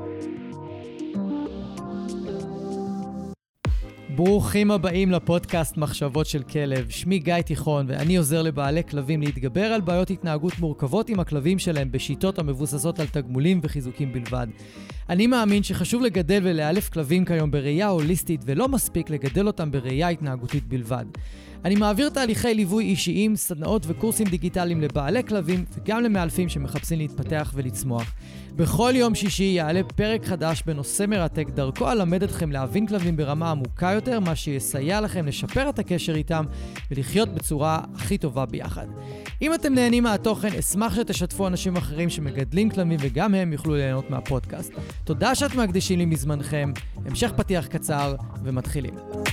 ברוכים הבאים לפודקאסט מחשבות של כלב. שמי גיא תיכון ואני עוזר לבעלי כלבים להתגבר על בעיות התנהגות מורכבות עם הכלבים שלהם בשיטות המבוססות על תגמולים וחיזוקים בלבד. אני מאמין שחשוב לגדל ולאלף כלבים כיום בראייה הוליסטית ולא מספיק לגדל אותם בראייה התנהגותית בלבד. אני מעביר תהליכי ליווי אישיים, סדנאות וקורסים דיגיטליים לבעלי כלבים וגם למאלפים שמחפשים להתפתח ולצמוח. בכל יום שישי יעלה פרק חדש בנושא מרתק, דרכו אלמד אתכם להבין כלבים ברמה עמוקה יותר, מה שיסייע לכם לשפר את הקשר איתם ולחיות בצורה הכי טובה ביחד. אם אתם נהנים מהתוכן, אשמח שתשתפו אנשים אחרים שמגדלים כלבים וגם הם יוכלו ליהנות מהפודקאסט. תודה שאתם מקדישים לי מזמנכם, המשך פתיח קצר ומתחילים.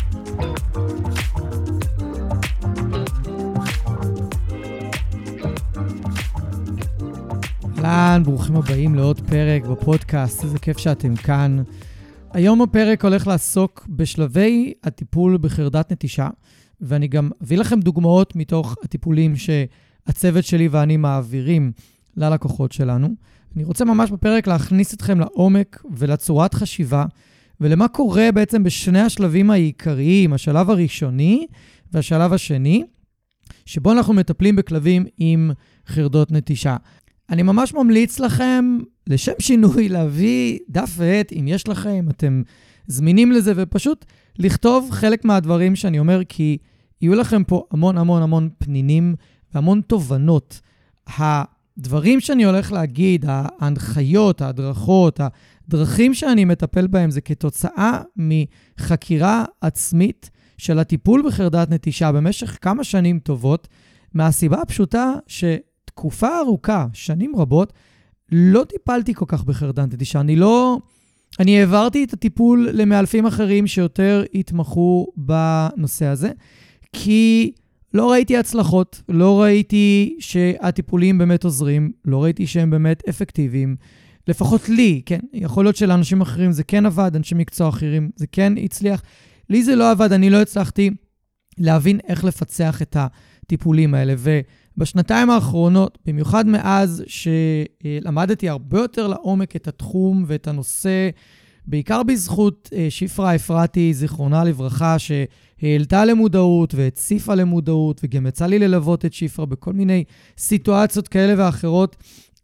אהלן, ברוכים הבאים לעוד פרק בפודקאסט, איזה כיף שאתם כאן. היום הפרק הולך לעסוק בשלבי הטיפול בחרדת נטישה, ואני גם אביא לכם דוגמאות מתוך הטיפולים שהצוות שלי ואני מעבירים ללקוחות שלנו. אני רוצה ממש בפרק להכניס אתכם לעומק ולצורת חשיבה, ולמה קורה בעצם בשני השלבים העיקריים, השלב הראשוני והשלב השני, שבו אנחנו מטפלים בכלבים עם חרדות נטישה. אני ממש ממליץ לכם, לשם שינוי, להביא דף ועט, אם יש לכם, אתם זמינים לזה, ופשוט לכתוב חלק מהדברים שאני אומר, כי יהיו לכם פה המון פנינים והמון תובנות. הדברים שאני הולך להגיד, ההנחיות, ההדרכות, הדרכים שאני מטפל בהם, זה כתוצאה מחקירה עצמית של הטיפול בחרדת נטישה במשך כמה שנים טובות, מהסיבה הפשוטה תקופה ארוכה, שנים רבות, לא טיפלתי כל כך בחרדת נטישה. אני העברתי את הטיפול למאלפים אחרים שיותר התמחו בנושא הזה, כי לא ראיתי הצלחות, לא ראיתי שהטיפולים באמת עוזרים, לא ראיתי שהם באמת אפקטיביים, לפחות לי, כן, יכול להיות שלאנשים אחרים זה כן עבד, אנשי מקצוע אחרים זה כן הצליח, לי זה לא עבד, אני לא הצלחתי להבין איך לפצח את הטיפולים האלה, בשנתיים האחרונות, במיוחד מאז שלמדתי הרבה יותר לעומק את התחום ואת הנושא, בעיקר בזכות שפרה אפרתי, זיכרונה לברכה, שהעלתה למודעות והציפה למודעות, וגם יצא לי ללוות את שפרה בכל מיני סיטואציות כאלה ואחרות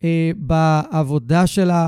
בעבודה שלה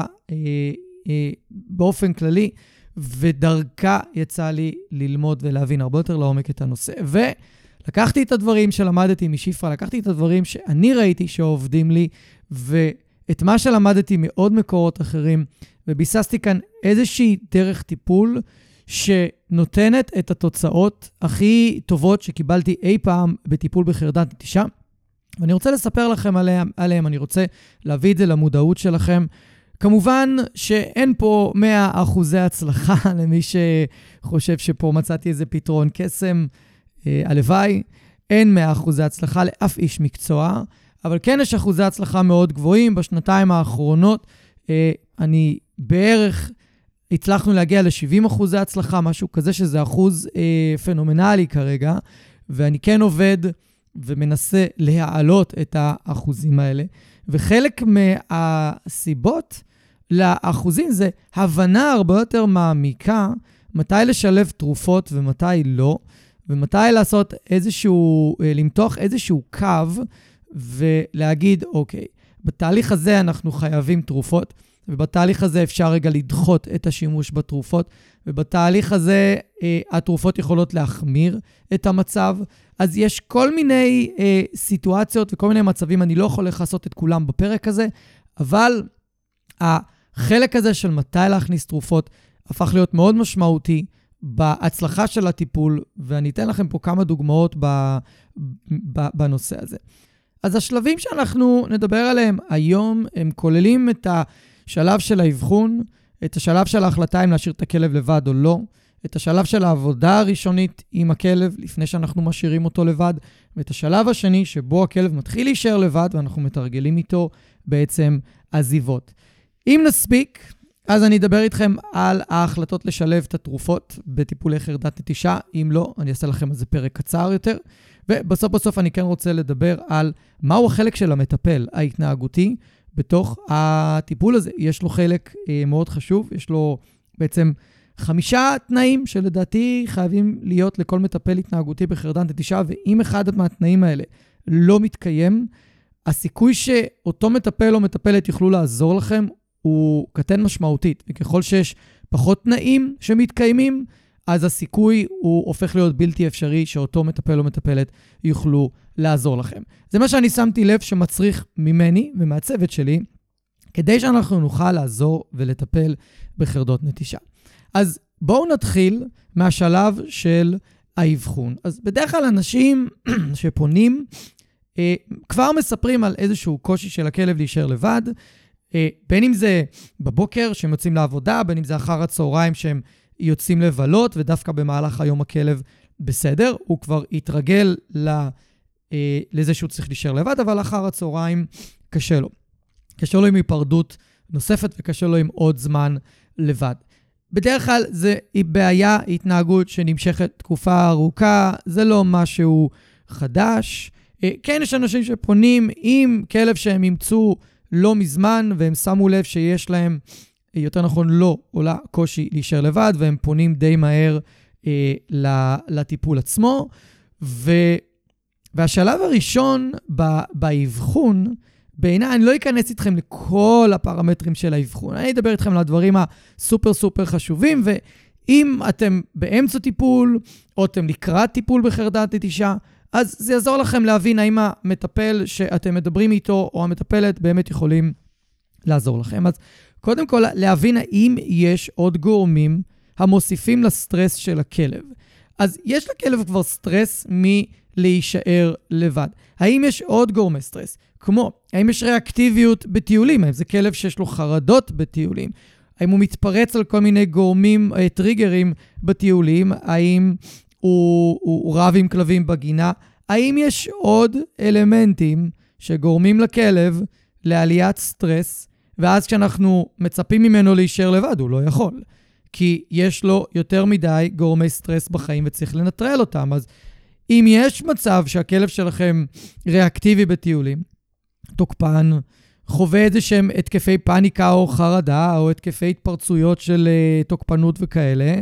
באופן כללי, ודרכה יצא לי ללמוד ולהבין הרבה יותר לעומק את הנושא. לקחתי את הדברים שלמדתי משפרה, לקחתי את הדברים שאני ראיתי שעובדים לי, ואת מה שלמדתי מעוד מקורות אחרים, וביססתי כאן איזושהי דרך טיפול שנותנת את התוצאות הכי טובות שקיבלתי אי פעם בטיפול בחרדת נטישה. ואני רוצה לספר לכם עליהם, אני רוצה להביא את זה למודעות שלכם. כמובן שאין פה 100% הצלחה למי שחושב שפה מצאתי איזה פתרון קסם, הלוואי, אין 100% הצלחה לאף איש מקצוע, אבל כן יש אחוזי הצלחה מאוד גבוהים. בשנתיים האחרונות אני בערך הצלחנו להגיע ל-70% הצלחה, משהו כזה שזה אחוז פנומנלי כרגע, ואני כן עובד ומנסה להעלות את האחוזים האלה, וחלק מהסיבות לאחוזים זה הבנה הרבה יותר מעמיקה, מתי לשלב תרופות ומתי לא, ומתי לעשות למתוח איזשהו קו, ולהגיד, אוקיי, בתהליך הזה אנחנו חייבים תרופות, ובתהליך הזה אפשר רגע לדחות את השימוש בתרופות, ובתהליך הזה התרופות יכולות להחמיר את המצב. אז יש כל מיני סיטואציות וכל מיני מצבים, אני לא יכול לעשות את כולם בפרק הזה, אבל החלק הזה של מתי להכניס תרופות הפך להיות מאוד משמעותי בהצלחה של הטיפול, ואני אתן לכם פה כמה דוגמאות בנושא הזה. אז השלבים שאנחנו נדבר עליהם היום, הם כוללים את השלב של האבחון, את השלב של ההחלטה אם להשאיר את הכלב לבד או לא, את השלב של העבודה הראשונית עם הכלב, לפני שאנחנו משאירים אותו לבד, ואת השלב השני שבו הכלב מתחיל להישאר לבד, ואנחנו מתרגלים איתו בעצם עזיבות. אם נספיק, אז אני אדבר איתכם על ההחלטות לשלב את התרופות בטיפולי חרדת נטישה. אם לא, אני אעשה לכם איזה פרק קצר יותר. ובסוף אני כן רוצה לדבר על מהו החלק של המטפל ההתנהגותי בתוך הטיפול הזה. יש לו חלק מאוד חשוב, יש לו בעצם 5 תנאים שלדעתי חייבים להיות לכל מטפל התנהגותי בחרדת נטישה, ואם אחד מהתנאים האלה לא מתקיים, הסיכוי שאותו מטפל או מטפלת יוכלו לעזור לכם הוא קטן משמעותית, וככל שיש פחות תנאים שמתקיימים, אז הסיכוי הוא הופך להיות בלתי אפשרי שאותו מטפל או מטפלת יוכלו לעזור לכם. זה מה שאני שמתי לב שמצריך ממני ומהצוות שלי, כדי שאנחנו נוכל לעזור ולטפל בחרדות נטישה. אז בואו נתחיל מהשלב של האבחון. אז בדרך כלל אנשים שפונים כבר מספרים על איזשהו קושי של הכלב להישאר לבד, בין אם זה בבוקר שהם יוצאים לעבודה, בין אם זה אחר הצהריים שהם יוצאים לבלות, ודווקא במהלך היום הכלב בסדר, הוא כבר יתרגל לזה שהוא צריך להישאר לבד, אבל אחר הצהריים קשה לו. קשה לו עם היפרדות נוספת וקשה לו עם עוד זמן לבד. בדרך כלל זה בעיה, התנהגות שנמשכת תקופה ארוכה, זה לא משהו חדש. כן, יש אנשים שפונים עם כלב שהם ימצאו לא מזמן, והם שמו לב שיש להם, יותר נכון לא, עולה קושי להישאר לבד, והם פונים די מהר לטיפול עצמו. והשלב הראשון באבחון, בעיניי, אני לא אכנס איתכם לכל הפרמטרים של האבחון. אני אדבר איתכם על הדברים הסופר סופר חשובים, ואם אתם באמצע טיפול, או אתם לקראת טיפול בחרדת נטישה, אז זה יעזור לכם להבין האם המטפל שאתם מדברים איתו, או המטפלת באמת יכולים לעזור לכם. אז קודם כל, להבין האם יש עוד גורמים המוסיפים לסטרס של הכלב. אז יש לכלב כבר סטרס מלהישאר לבד. האם יש עוד גורמי סטרס? כמו, האם יש ריאקטיביות בטיולים? האם זה כלב שיש לו חרדות בטיולים? האם הוא מתפרץ על כל מיני גורמים, טריגרים בטיולים? האם הוא רב עם כלבים בגינה? האם יש עוד אלמנטים שגורמים לכלב לעליית סטרס, ואז כשאנחנו מצפים ממנו להישאר לבד, הוא לא יכול. כי יש לו יותר מדי גורמי סטרס בחיים וצריך לנטרל אותם. אז אם יש מצב שהכלב שלכם ריאקטיבי בטיולים, תוקפן, חווה איזה שהם התקפי פאניקה או חרדה, או התקפי התפרצויות של תוקפנות וכאלה,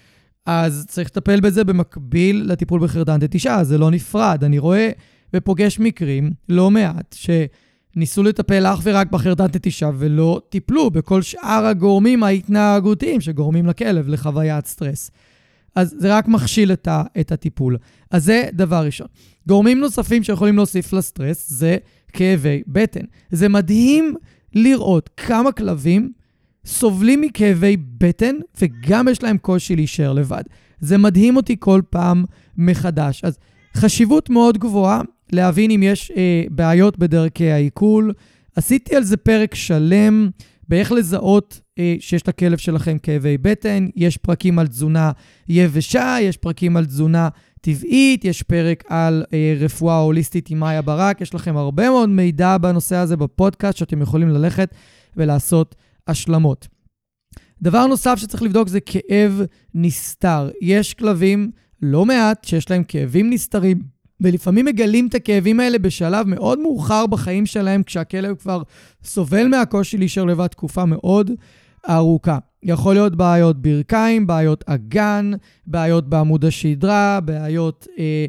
אז צריך לטפל בזה במקביל לטיפול בחרדת נטישה, זה לא נפרד. אני רואה ופוגש מקרים לא מעט שניסו לטפל אך ורק בחרדת נטישה ולא טיפלו בכל שאר הגורמים ההתנהגותיים שגורמים לכלב לחוויית סטרס. אז זה רק מכשיל את הטיפול. אז זה דבר ראשון. גורמים נוספים שיכולים להוסיף לסטרס זה כאבי בטן. זה מדהים לראות כמה כלבים סובלים מכאבי בטן, וגם יש להם קושי להישאר לבד. זה מדהים אותי כל פעם מחדש. אז חשיבות מאוד גבוהה להבין אם יש בעיות בדרכי העיכול. עשיתי על זה פרק שלם, באיך לזהות שיש לכלב שלכם כאבי בטן. יש פרקים על תזונה יבשה, יש פרקים על תזונה טבעית, יש פרק על רפואה הוליסטית עם מאיה ברק. יש לכם הרבה מאוד מידע בנושא הזה בפודקאסט, שאתם יכולים ללכת ולעשות השלמות. דבר נוסף שצריך לבדוק זה כאב נסתר. יש כלבים לא מעט שיש להם כאבים נסתרים, ולפעמים מגלים את הכאבים האלה בשלב מאוד מאוחר בחיים שלהם, כשהכלב כבר סובל מהקושי להישאר לבד תקופה מאוד ארוכה. יכול להיות בעיות ברכיים, בעיות אגן, בעיות בעמוד השדרה, בעיות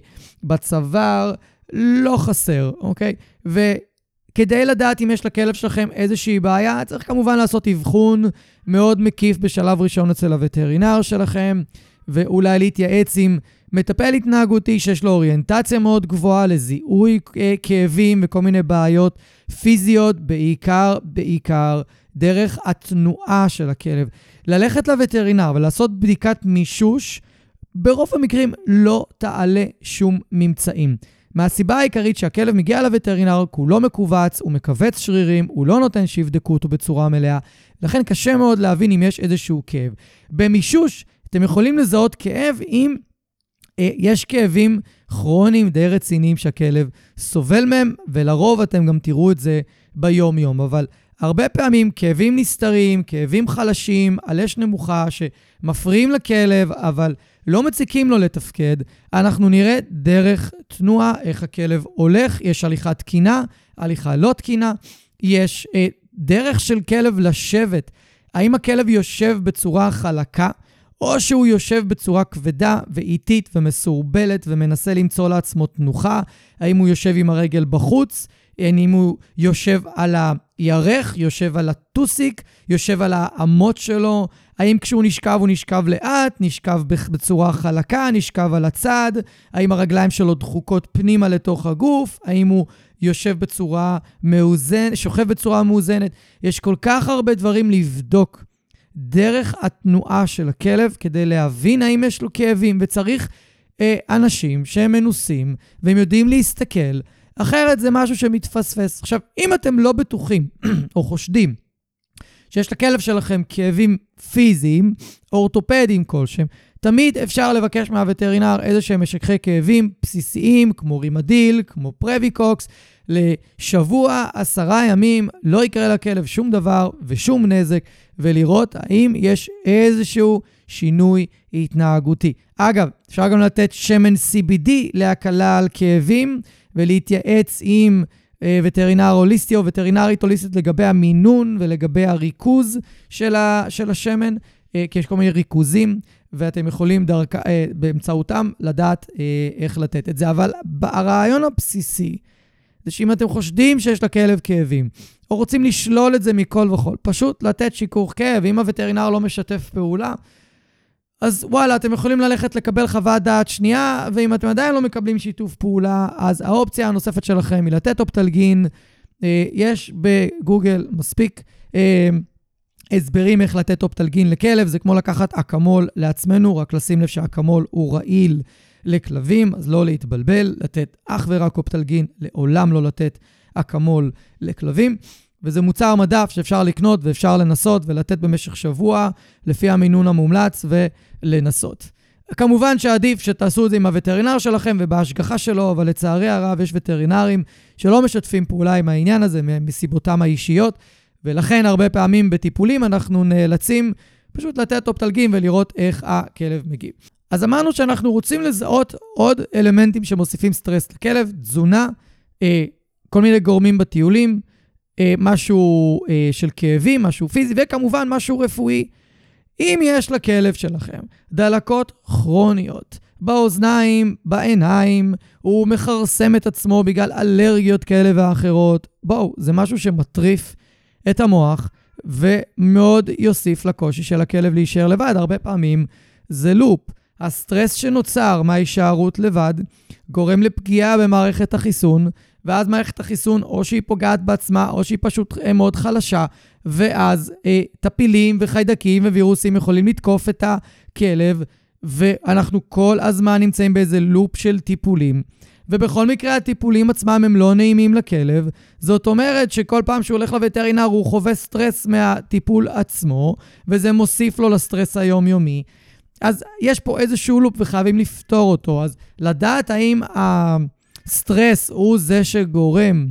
בצוואר, לא חסר, אוקיי? כדי לדעת אם יש לכלב שלכם איזושהי בעיה, צריך כמובן לעשות אבחון מאוד מקיף בשלב ראשון אצל הווטרינר שלכם, ואולי להתייעץ עם מטפל התנהגותי שיש לו אוריינטציה מאוד גבוהה לזיהוי כאבים וכל מיני בעיות פיזיות, בעיקר דרך התנועה של הכלב. ללכת לווטרינר ולעשות בדיקת מישוש, ברוב המקרים לא תעלה שום ממצאים. מהסיבה העיקרית שהכלב מגיע לווטרינר, כולו מקובץ, הוא מקבץ שרירים, הוא לא נותן שיבדקו אותו בצורה מלאה, לכן קשה מאוד להבין אם יש איזשהו כאב. במישוש, אתם יכולים לזהות כאב אם יש כאבים כרוניים די רציניים שהכלב סובל מהם, ולרוב אתם גם תראו את זה ביום יום, אבל הרבה פעמים כאבים נסתרים, כאבים חלשים, על אש נמוכה שמפריעים לכלב, אבל לא מציקים לו לתפקד. אנחנו נראה דרך תנועה איך הכלב הולך, יש הליכה תקינה, הליכה לא תקינה, יש דרך של כלב לשבת. האם הכלב יושב בצורה חלקה, או שהוא יושב בצורה כבדה ואיטית ומסורבלת ומנסה למצוא לעצמו תנוחה? האם הוא יושב עם הרגל בחוץ? האם הוא יושב על הירך, יושב על הטוסיק, יושב על האמות שלו? האם כשהוא נשכב הוא נשכב לאט, נשכב בצורה חלקה, נשכב על הצד? האם הרגליים שלו דחוקות פנימה לתוך הגוף? האם הוא יושב בצורה מאוזנת, שוכב בצורה מאוזנת? יש כל כך הרבה דברים לבדוק דרך התנועה של הכלב כדי להבין האם יש לו כאבים, וצריך אנשים שהם מנוסים והם יודעים להסתכל, אחרת זה משהו שמתפספס. עכשיו, אם אתם לא בטוחים או חושדים שיש לכלב שלכם כאבים פיזיים, אורתופדיים כלשהם, תמיד אפשר לבקש מהווטרינר איזה שהם משככי כאבים בסיסיים, כמו רימדיל, כמו פרוויקוקס, לשבוע, 10 ימים, לא יקרה לכלב שום דבר ושום נזק, ולראות האם יש איזשהו שינוי התנהגותי. אגב, אפשר גם לתת שמן CBD להקלה על כאבים, ולהתייעץ עם וטרינר הוליסטי או וטרינרית הוליסטית לגבי המינון ולגבי הריכוז של השמן, כי יש כל מיני ריכוזים, ואתם יכולים באמצעותם לדעת איך לתת את זה. אבל הרעיון הבסיסי זה שאם אתם חושדים שיש לכלב כאבים, או רוצים לשלול את זה מכל וכל, פשוט לתת שיקור כאב. אם הווטרינר לא משתף פעולה, אז וואלה, אתם יכולים ללכת לקבל חוות דעת שנייה, ואם אתם עדיין לא מקבלים שיתוף פעולה, אז האופציה הנוספת שלכם היא לתת אופטלגין. יש בגוגל מספיק הסברים איך לתת אופטלגין לכלב, זה כמו לקחת אקמול לעצמנו, רק לשים לב שהאקמול הוא רעיל לכלבים, אז לא להתבלבל, לתת אך ורק אופטלגין, לעולם לא לתת אקמול לכלבים. וזה מוצר מדף שאפשר לקנות ואפשר לנסות ולתת במשך שבוע לפי המינון המומלץ ולנסות. כמובן שעדיף שתעשו את זה עם הווטרינר שלכם ובהשגחה שלו, אבל לצערי הרב יש וטרינרים שלא משתפים פעולה עם העניין הזה מסיבותם האישיות, ולכן הרבה פעמים בטיפולים אנחנו נאלצים פשוט לתת אופטלגין ולראות איך הכלב מגיב. אז אמרנו שאנחנו רוצים לזהות עוד אלמנטים שמוסיפים סטרס לכלב, תזונה, כל מיני גורמים בטיולים, משהו של כאבים, משהו פיזי, וכמובן משהו רפואי. אם יש לכלב שלכם דלקות כרוניות באוזניים, בעיניים, הוא מחרסם את עצמו בגלל אלרגיות כאלה ואחרות, בואו, זה משהו שמטריף את המוח, ומאוד יוסיף לקושי של הכלב להישאר לבד. הרבה פעמים זה לופ. הסטרס שנוצר מההישארות לבד גורם לפגיעה במערכת החיסון, ואז מערכת החיסון או שהיא פוגעת בעצמה, או שהיא פשוט מאוד חלשה, ואז טפילים וחיידקים ווירוסים יכולים לתקוף את הכלב, ואנחנו כל הזמן נמצאים באיזה לופ של טיפולים. ובכל מקרה הטיפולים עצמם הם לא נעימים לכלב, זאת אומרת שכל פעם שהוא הולך לווטרינר הוא חווה סטרס מהטיפול עצמו, וזה מוסיף לו לסטרס היומיומי. אז יש פה איזשהו לופ וחייבים לפתור אותו. אז לדעת האם הסטרס הוא זה שגורם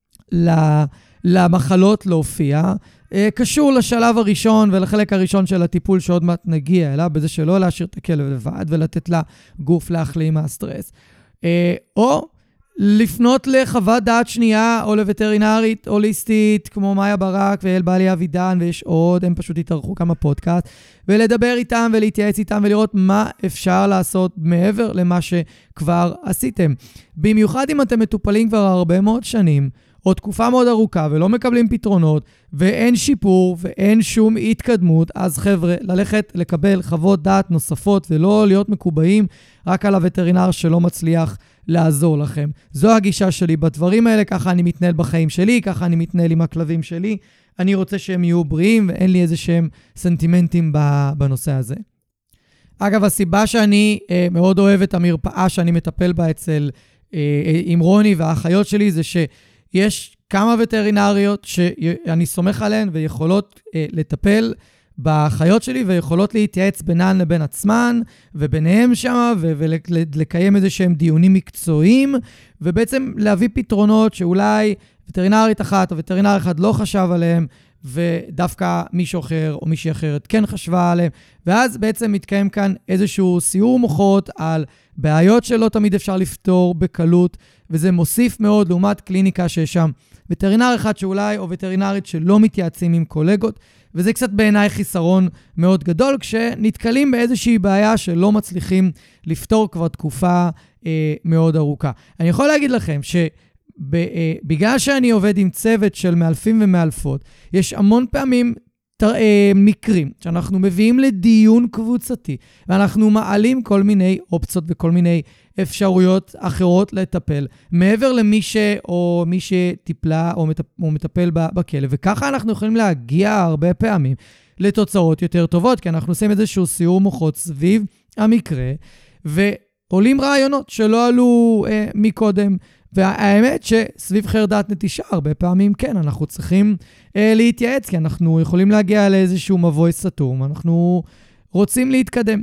למחלות להופיע, קשור לשלב הראשון ולחלק הראשון של הטיפול שעוד מעט נגיע אליו, בזה שלא להשאיר את הכלב לבד ולתת לגוף להחלים מהסטרס. או לפנות לחוות דעת שנייה או לווטרינרית הוליסטית כמו מאיה ברק ואל בעלי אבידן, ויש עוד, הם פשוט יתארחו כמה פודקאסט, ולדבר איתם ולהתייעץ איתם ולראות מה אפשר לעשות מעבר למה שכבר עשיתם. במיוחד אם אתם מטופלים כבר הרבה מאוד שנים או תקופה מאוד ארוכה ולא מקבלים פתרונות ואין שיפור ואין שום התקדמות, אז חבר'ה, ללכת לקבל חוות דעת נוספות ולא להיות מקובעים רק על הווטרינר שלא מצליח לעזור לכם. זו הגישה שלי בדברים האלה, ככה אני מתנהל בחיים שלי, ככה אני מתנהל עם הכלבים שלי. אני רוצה שהם יהיו בריאים ואין לי איזה שהם סנטימנטים בנושא הזה. אגב, הסיבה שאני מאוד אוהב את המרפאה שאני מטפל בה אצל עם רוני והאחיות שלי, זה שיש כמה וטרינריות שאני סומך עליהן ויכולות לטפל בחיות שלי, ויכולות להתייעץ בינן לבין עצמן, וביניהם שם, ולקיים איזה שהם דיונים מקצועיים, ובעצם להביא פתרונות שאולי וטרינרית אחת או וטרינר אחד לא חשב עליהם, ודווקא מישהו אחר או מישהי אחרת כן חשבה עליהם, ואז בעצם מתקיים כאן איזשהו סיור מוחות על בעיות שלא תמיד אפשר לפתור בקלות, וזה מוסיף מאוד לעומת קליניקה שיש שם וטרינר אחד שאולי, או וטרינרית שלא מתייעצים עם קולגות, וזה קצת בעיניי חיסרון מאוד גדול, כשנתקלים באיזושהי בעיה שלא מצליחים לפתור כבר תקופה מאוד ארוכה. אני יכול להגיד לכם שבגלל שאני עובד עם צוות של מאלפים ומאלפות, יש המון פעמים מקרים שאנחנו מביאים לדיון קבוצתי, ואנחנו מעלים כל מיני אופציות וכל מיני אפשרויות אחרות לטפל, מעבר למי או מי שטיפלה או מטפל בכלב, וככה אנחנו יכולים להגיע הרבה פעמים לתוצאות יותר טובות, כי אנחנו עושים איזשהו סיור מוחות סביב המקרה, ועולים רעיונות שלא עלו מקודם, והאמת שסביב חרדת נטישה הרבה פעמים כן, אנחנו צריכים להתייעץ, כי אנחנו יכולים להגיע לאיזשהו מבוי סתום, אנחנו רוצים להתקדם.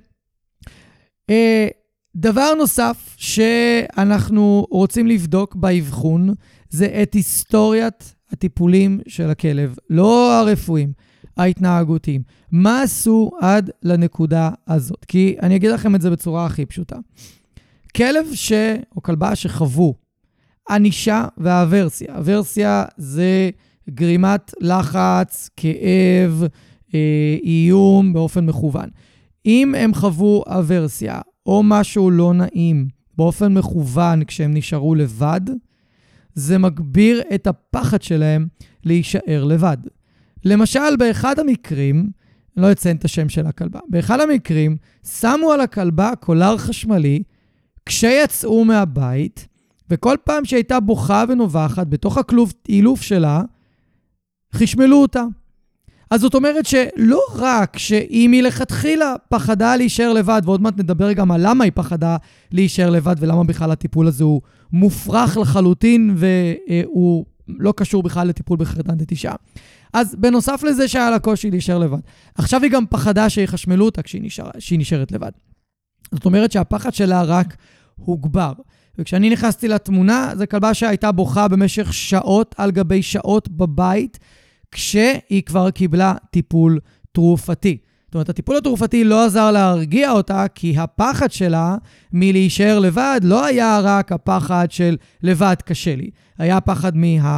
דבר נוסף שאנחנו רוצים לבדוק באבחון, זה את היסטוריית הטיפולים של הכלב, לא הרפואיים, ההתנהגותיים. מה עשו עד לנקודה הזאת? כי אני אגיד לכם את זה בצורה הכי פשוטה. כלב או כלבה שחוו ענישה והאברסיה. אברסיה זה גרימת לחץ, כאב, איום באופן מכוון. אם הם חוו אברסיה או משהו לא נעים באופן מכוון כשהם נשארו לבד, זה מגביר את הפחד שלהם להישאר לבד. למשל, באחד המקרים, אני לא אציין את השם של הכלבה, באחד המקרים שמו על הכלבה קולר חשמלי כשיצאו מהבית, וכל פעם שהייתה בוכה ונובחת בתוך הכלוב אילוף שלה, חשמלו אותה. אז זאת אומרת שלא רק שאם היא לכתחילה פחדה להישאר לבד, ועוד מעט נדבר גם על למה היא פחדה להישאר לבד, ולמה בכלל הטיפול הזה הוא מופרך לחלוטין, והוא לא קשור בכלל לטיפול בחרדת נטישה. אז בנוסף לזה שהיה לה קושי להישאר לבד, עכשיו היא גם פחדה שיחשמלו אותה כשהיא נשארת לבד. זאת אומרת שהפחד שלה רק הוגבר. וכשאני נכנסתי לתמונה, זו כלבה שהייתה בוכה במשך שעות על גבי שעות בבית, כשהיא כבר קיבלה טיפול תרופתי. זאת אומרת, הטיפול התרופתי לא עזר להרגיע אותה, כי הפחד שלה מלהישאר לבד לא היה רק הפחד של לבד קשה לי. היה פחד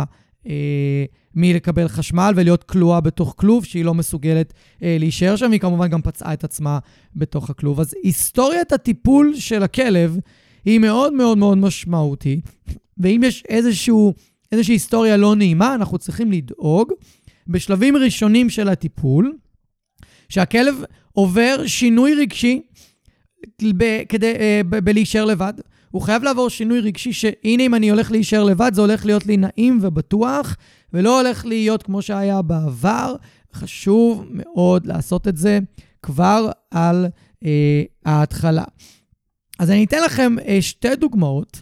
מלקבל חשמל ולהיות כלואה בתוך כלוב, שהיא לא מסוגלת להישאר שם, היא כמובן גם פצעה את עצמה בתוך הכלוב. אז היסטוריית הטיפול של הכלב היא מאוד מאוד מאוד משמעותית, ואם יש איזושהי היסטוריה לא נעימה, אנחנו צריכים לדאוג בשלבים ראשונים של הטיפול, שהכלב עובר שינוי רגשי כדי להישאר לבד. הוא חייב לעבור שינוי רגשי שהנה אם אני הולך להישאר לבד, זה הולך להיות לי נעים ובטוח, ולא הולך להיות כמו שהיה בעבר. חשוב מאוד לעשות את זה כבר על ההתחלה. אז אני אתן לכם שתי דוגמאות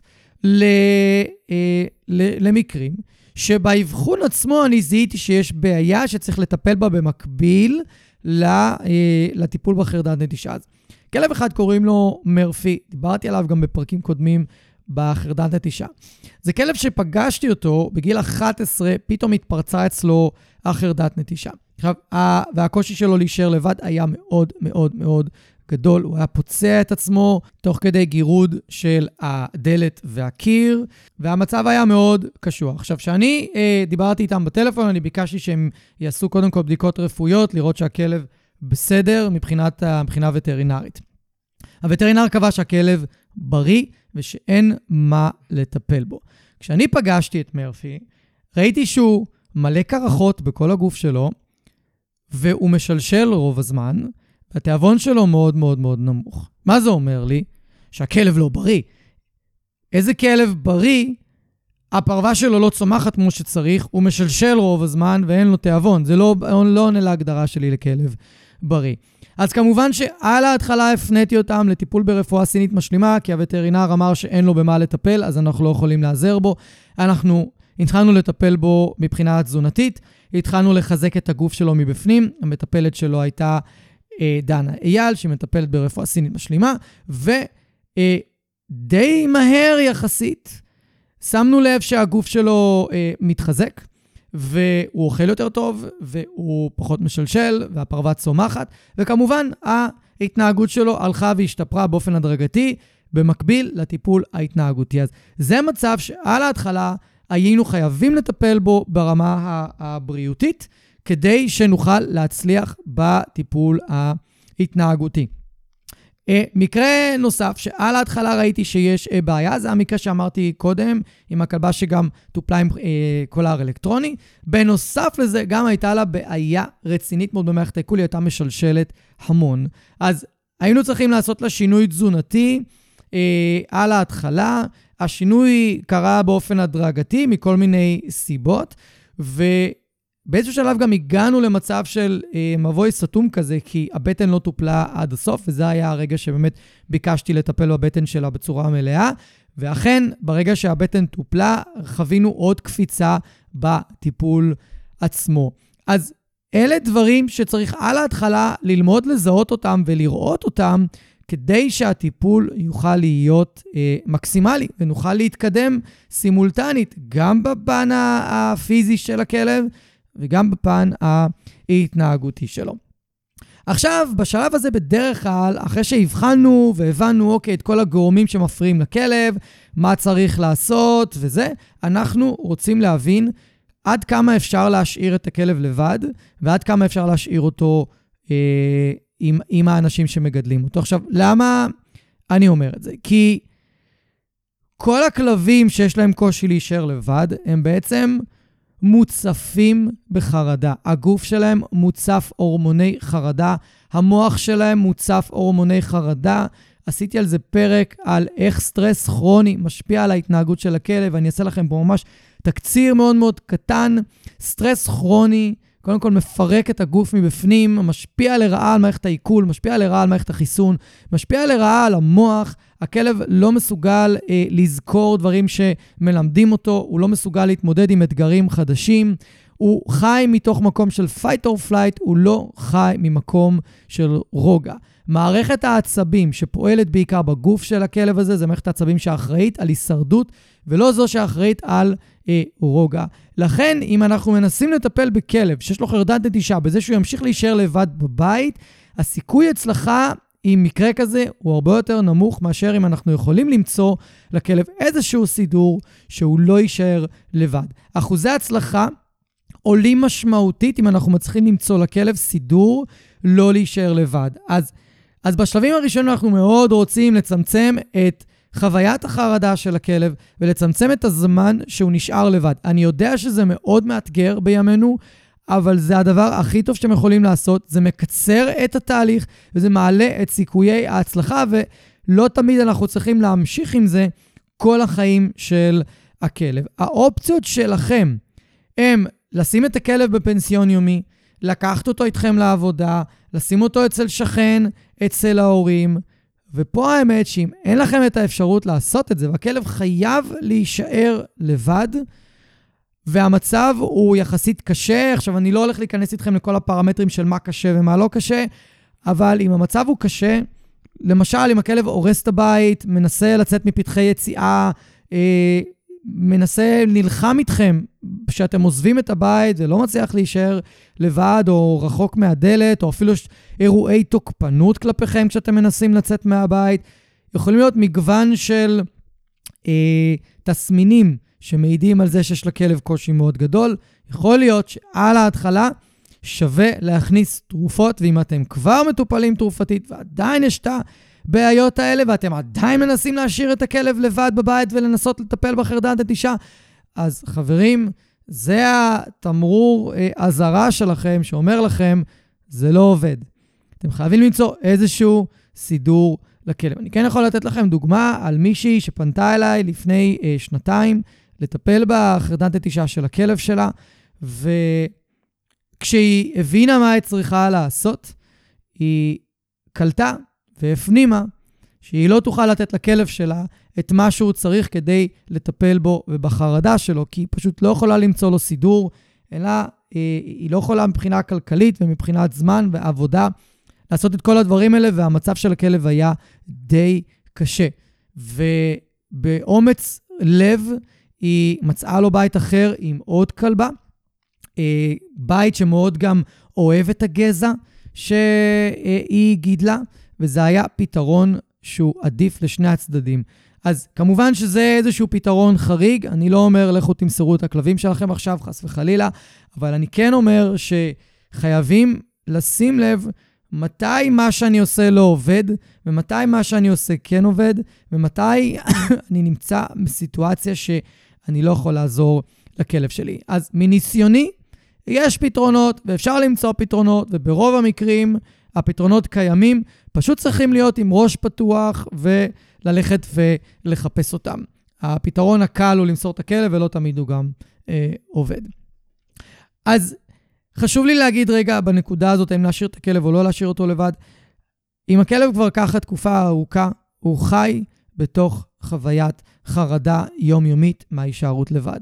למקרים, שבאבחון עצמו אני זיהיתי שיש בעיה שצריך לטפל בה במקביל לטיפול בחרדת נטישה. אז כלב אחד קוראים לו מרפי, דיברתי עליו גם בפרקים קודמים בחרדת נטישה. זה כלב שפגשתי אותו בגיל 11, פתאום התפרצה אצלו החרדת נטישה. והקושי שלו להישאר לבד היה מאוד מאוד מאוד גדול. הוא היה פוצע את עצמו תוך כדי גירוד של הדלת והקיר, והמצב היה מאוד קשוח. עכשיו, כשאני דיברתי איתם בטלפון, אני ביקשתי שהם יעשו קודם כל בדיקות רפואיות, לראות שהכלב בסדר מבחינה וטרינרית. הווטרינר קבע שהכלב בריא ושאין מה לטפל בו. כשאני פגשתי את מרפי, ראיתי שהוא מלא קרחות בכל הגוף שלו, והוא משלשל רוב הזמן, והתיאבון שלו מאוד מאוד מאוד נמוך. מה זה אומר לי? שהכלב לא בריא. איזה כלב בריא, הפרווה שלו לא צומחת כמו שצריך, הוא משלשל רוב הזמן ואין לו תיאבון. זה לא עונה להגדרה שלי לכלב בריא. אז כמובן שעל ההתחלה הפניתי אותם לטיפול ברפואה סינית משלימה, כי הווטרינר אמר שאין לו במה לטפל, אז אנחנו לא יכולים לעזר בו. אנחנו התחלנו לטפל בו מבחינה תזונתית, התחלנו לחזק את הגוף שלו מבפנים, המטפלת שלו הייתה דנה אייל, שמטפלת ברפואה סינית משלימה, ודי מהר יחסית, שמנו לב שהגוף שלו מתחזק, והוא אוכל יותר טוב, והוא פחות משלשל, והפרווה צומחת, וכמובן, ההתנהגות שלו הלכה והשתפרה באופן הדרגתי, במקביל לטיפול ההתנהגותי. אז זה מצב שעל ההתחלה היינו חייבים לטפל בו ברמה הבריאותית, כדי שנוכל להצליח בטיפול ההתנהגותי. מקרה נוסף שעל ההתחלה ראיתי שיש בעיה, זה המקרה שאמרתי קודם, עם הכלבה שגם טופלה עם קולר אלקטרוני. בנוסף לזה גם הייתה לה בעיה רצינית מאוד במערכת העיכול, היא הייתה משלשלת המון. אז היינו צריכים לעשות לה שינוי תזונתי על ההתחלה. השינוי קרה באופן הדרגתי מכל מיני סיבות, באיזשהו שלב גם הגענו למצב של מבוי סתום כזה, כי הבטן לא טופלה עד הסוף, וזה היה הרגע שבאמת ביקשתי לטפל בבטן שלה בצורה מלאה, ואכן ברגע שהבטן טופלה, חווינו עוד קפיצה בטיפול עצמו. אז אלה דברים שצריך על ההתחלה ללמוד לזהות אותם ולראות אותם, כדי שהטיפול יוכל להיות מקסימלי, ונוכל להתקדם סימולטנית, גם בפן הפיזי של הכלב, וגם בפן ההתנהגותי שלו. עכשיו, בשלב הזה בדרך כלל, אחרי שהבחנו והבנו, אוקיי, את כל הגורמים שמפריעים לכלב, מה צריך לעשות וזה, אנחנו רוצים להבין עד כמה אפשר להשאיר את הכלב לבד, ועד כמה אפשר להשאיר אותו עם האנשים שמגדלים אותו. עכשיו, למה אני אומר את זה? כי כל הכלבים שיש להם קושי להישאר לבד, הם בעצם מוצפים בחרדה. הגוף שלהם מוצף הורמוני חרדה, המוח שלהם מוצף הורמוני חרדה. עשיתי על זה פרק על איך סטרס כרוני משפיע על ההתנהגות של הכלב, ואני אעשה לכם פה ממש תקציר מאוד מאוד קטן. סטרס כרוני, קודם כל מפרק את הגוף מבפנים, משפיע לרעה על מערכת העיכול, משפיע לרעה על מערכת החיסון, משפיע לרעה על המוח. הכלב לא מסוגל לזכור דברים שמלמדים אותו, הוא לא מסוגל להתמודד עם אתגרים חדשים, הוא חי מתוך מקום של fight or flight, הוא לא חי ממקום של רוגע. מערכת העצבים שפועלת בעיקר בגוף של הכלב הזה, זה מערכת העצבים שאחראית על הישרדות, ולא זו שאחראית על רוגע. לכן, אם אנחנו מנסים לטפל בכלב שיש לו חרדת נטישה, בזה שהוא ימשיך להישאר לבד בבית, הסיכוי הצלחה עם מקרה כזה הוא הרבה יותר נמוך מאשר אם אנחנו יכולים למצוא לכלב איזשהו סידור שהוא לא יישאר לבד. אחוזי הצלחה עולים משמעותית אם אנחנו מצליחים למצוא לכלב סידור לא להישאר לבד. אז בשלבים הראשונים אנחנו מאוד רוצים לצמצם את חוויית החרדה של הכלב ולצמצם את הזמן שהוא נשאר לבד. אני יודע שזה מאוד מאתגר בימינו, אבל זה הדבר הכי טוב שאתם יכולים לעשות. זה מקצר את התהליך וזה מעלה את סיכויי ההצלחה, ולא תמיד אנחנו צריכים להמשיך עם זה כל החיים של הכלב. האופציות שלכם הם לשים את הכלב בפנסיון יומי, לקחת אותו איתכם לעבודה, לשים אותו אצל שכן, אצל ההורים, ופה האמת שאם אין לכם את האפשרות לעשות את זה, והכלב חייב להישאר לבד, והמצב הוא יחסית קשה. עכשיו, אני לא הולך להיכנס איתכם לכל הפרמטרים של מה קשה ומה לא קשה, אבל אם המצב הוא קשה, למשל, אם הכלב הורס את הבית, מנסה לצאת מפתחי יציאה, נלחם איתכם שאתם עוזבים את הבית ולא מצליח להישאר לבד או רחוק מהדלת, או אפילו אירועי תוקפנות כלפיכם כשאתם מנסים לצאת מהבית, יכולים להיות מגוון של תסמינים שמעידים על זה שיש לכלב קושי מאוד גדול. יכול להיות שעל ההתחלה שווה להכניס תרופות, ואם אתם כבר מטופלים תרופתית ועדיין יש את הבעיות האלה, ואתם עדיין מנסים להשאיר את הכלב לבד בבית ולנסות לטפל בחרדת נטישה, אז חברים, זה התמרור הזרה שלכם שאומר לכם, זה לא עובד. אתם חייבים למצוא איזשהו סידור לכלב. אני כן יכול לתת לכם דוגמה על מישהי שפנתה אליי לפני 2 לטפל בחרדת נטישה של הכלב שלה, וכשהיא הבינה מה היא צריכה לעשות, היא קלטה והפנימה שהיא לא תוכל לתת לכלב שלה את מה שהוא צריך כדי לטפל בו ובחרדה שלו, כי היא פשוט לא יכולה למצוא לו סידור, אלא היא לא יכולה מבחינה כלכלית ומבחינת זמן ועבודה לעשות את כל הדברים האלה, והמצב של הכלב היה די קשה. ובאומץ לב היא מצאה לו בית אחר עם עוד כלבה, בית שמאוד גם אוהב את הגזע שהיא גידלה, וזה היה פתרון שהוא עדיף לשני הצדדים. אז כמובן שזה איזשהו פתרון חריג, אני לא אומר לכו תמסרו את הכלבים שלכם עכשיו, חס וחלילה, אבל אני כן אומר שחייבים לשים לב מתי מה שאני עושה לא עובד, ומתי מה שאני עושה כן עובד, ומתי אני נמצא בסיטואציה שאני לא יכול לעזור לכלב שלי. אז מניסיוני, יש פתרונות, ואפשר למצוא פתרונות, וברוב המקרים הפתרונות קיימים, פשוט צריכים להיות עם ראש פתוח וללכת ולחפש אותם. הפתרון הקל הוא למסור את הכלב, ולא תמיד הוא גם עובד. אז חשוב לי להגיד רגע בנקודה הזאת, אם להשאיר את הכלב או לא להשאיר אותו לבד. אם הכלב כבר ככה תקופה ארוכה, הוא חי בתוך חוויית חרדה יומיומית מההישארות לבד.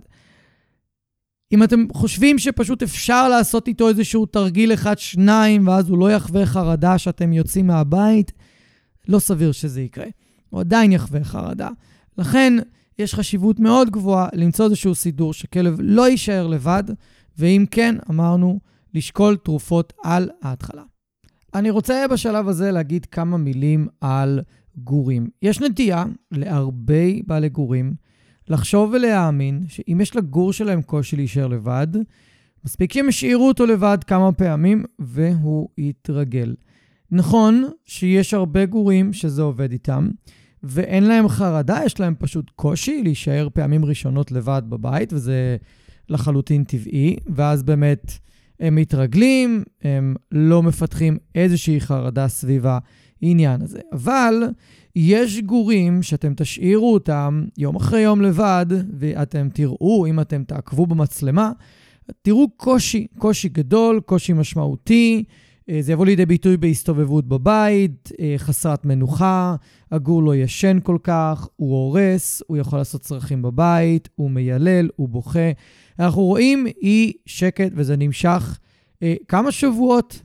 אם אתם חושבים שפשוט אפשר לעשות איתו איזשהו תרגיל אחד, שניים, ואז הוא לא יחווה חרדה שאתם יוצאים מהבית, לא סביר שזה יקרה. הוא עדיין יחווה חרדה. לכן יש חשיבות מאוד גבוהה למצוא איזשהו סידור שכלב לא יישאר לבד, ואם כן, אמרנו, לשקול תרופות על ההתחלה. אני רוצה בשלב הזה להגיד כמה מילים על גורים. יש נטייה להרבה בעלי גורים לחשוב ולהאמין שאם יש לגור שלהם קושי להישאר לבד, מספיק שהם השאירו אותו לבד כמה פעמים והוא יתרגל. נכון שיש הרבה גורים שזה עובד איתם, ואין להם חרדה, יש להם פשוט קושי להישאר פעמים ראשונות לבד בבית, וזה לחלוטין טבעי, ואז באמת הם מתרגלים, הם לא מפתחים איזושהי חרדה סביב העניין הזה. אבל יש גורים שאתם תשאירו אותם יום אחרי יום לבד, ואתם תראו, אם אתם תעקבו במצלמה, תראו קושי גדול, קושי משמעותי, זה יבוא לידי ביטוי בהסתובבות בבית, חסרת מנוחה, הגור לא ישן כל כך, הוא הורס, הוא יכול לעשות צרכים בבית, הוא מיילל, הוא בוכה. אנחנו רואים אי שקט וזה נמשך כמה שבועות,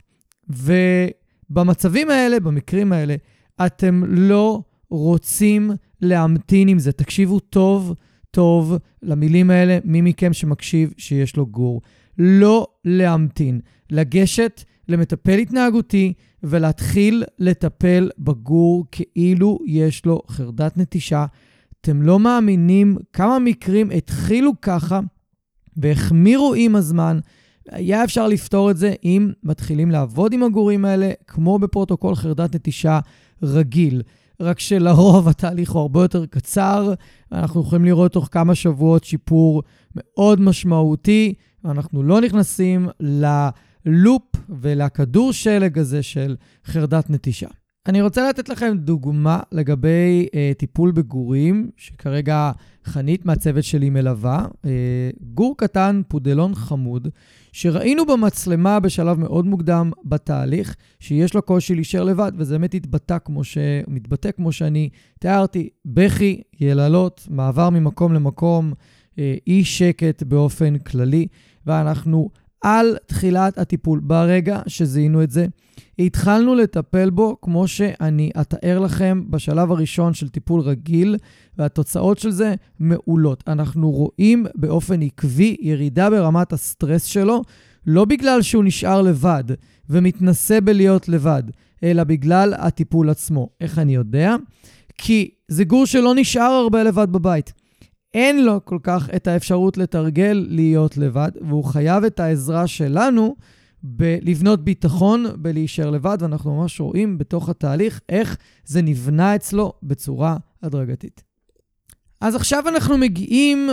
ובמצבים האלה, במקרים האלה, אתם לא רוצים להמתין עם זה. תקשיבו טוב למילים האלה, מי מכם שמקשיב שיש לו גור. לא להמתין, לגשת למטפל התנהגותי ולהתחיל לטפל בגור כאילו יש לו חרדת נטישה. אתם לא מאמינים כמה מקרים התחילו ככה והחמירו עם הזמן. היה אפשר לפתור את זה אם מתחילים לעבוד עם הגורים האלה כמו בפרוטוקול חרדת נטישה רגיל. רק שלרוב התהליך הוא הרבה יותר קצר, אנחנו יכולים לראות תוך כמה שבועות שיפור מאוד משמעותי, ואנחנו לא נכנסים ללופ ולכדור שלג הזה של חרדת נטישה. אני רוצה לתת לכם דוגמה לגבי טיפול בגורים, שכרגע חנית מהצוות שלי מלווה. גור קטן, פודלון חמוד, שראינו במצלמה בשלב מאוד מוקדם בתהליך, שיש לו קושי להישאר לבד, וזה באמת מתבטא כמו שאני תיארתי, בכי, יללות, מעבר ממקום למקום, אי שקט באופן כללי, ואנחנו על תחילת הטיפול, ברגע שזיהינו את זה, התחלנו לטפל בו כמו שאני אתאר לכם בשלב הראשון של טיפול רגיל, והתוצאות של זה מעולות. אנחנו רואים באופן עקבי ירידה ברמת הסטרס שלו, לא בגלל שהוא נשאר לבד ומתנסה בלהיות לבד, אלא בגלל הטיפול עצמו. איך אני יודע? כי זה גור שלא נשאר הרבה לבד בבית. אין לו כל כך את האפשרות לתרגל להיות לבד, והוא חייב את העזרה שלנו בלבנות ביטחון, בלהישאר לבד, ואנחנו ממש רואים בתוך התהליך איך זה נבנה אצלו בצורה הדרגתית. אז עכשיו אנחנו מגיעים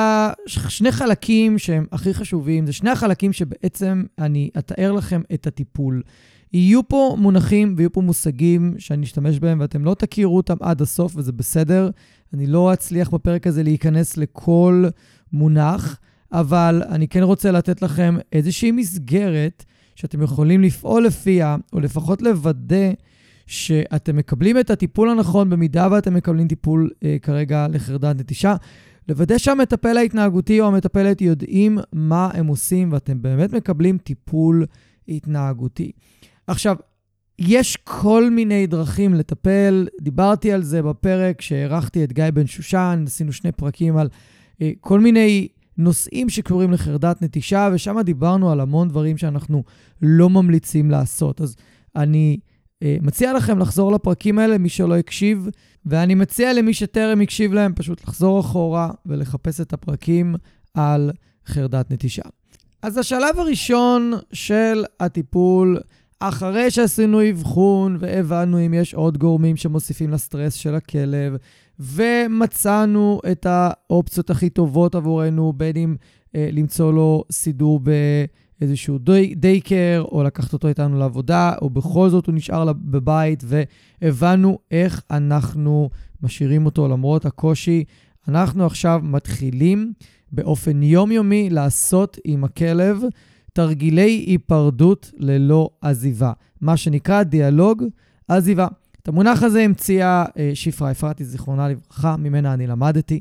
לשני חלקים שהם הכי חשובים, זה שני החלקים שבעצם אני אתאר לכם את הטיפול. יהיו פה מונחים ויהיו פה מושגים שאני אשתמש בהם ואתם לא תכירו אותם עד הסוף וזה בסדר. אני לא אצליח בפרק הזה להיכנס לכל מונח, אבל אני כן רוצה לתת לכם איזושהי מסגרת שאתם יכולים לפעול לפיה, או לפחות לוודא שאתם מקבלים את הטיפול הנכון במידה ואתם מקבלים טיפול כרגע לחרדת נטישה. לוודא שהמטפל ההתנהגותי או המטפלת יודעים מה הם עושים ואתם באמת מקבלים טיפול התנהגותי. עכשיו, יש כל מיני דרכים לטפל, דיברתי על זה בפרק שהערכתי את גיא בן שושן, עשינו 2 פרקים על כל מיני נושאים שקוראים לחרדת נטישה, ושם דיברנו על המון דברים שאנחנו לא ממליצים לעשות. אז אני מציע לכם לחזור לפרקים האלה, מי שלא הקשיב, ואני מציע למי שטרם הקשיב להם, פשוט לחזור אחורה ולחפש את הפרקים על חרדת נטישה. אז השלב הראשון של הטיפול, אחרי שעשינו אבחון והבנו אם יש עוד גורמים שמוסיפים לסטרס של הכלב, ומצאנו את האופציות הכי טובות עבורנו, בין אם למצוא לו סידור באיזשהו דייקר, או לקחת אותו איתנו לעבודה, או בכל זאת הוא נשאר בבית, והבנו איך אנחנו משאירים אותו למרות הקושי. אנחנו עכשיו מתחילים באופן יומיומי לעשות עם הכלב תרגילי היפרדות ללא עזיבה, מה שנקרא דיאלוג עזיבה. את המונח הזה המציאה שפרה אפרתי, זיכרונה לברכה, ממנה אני למדתי,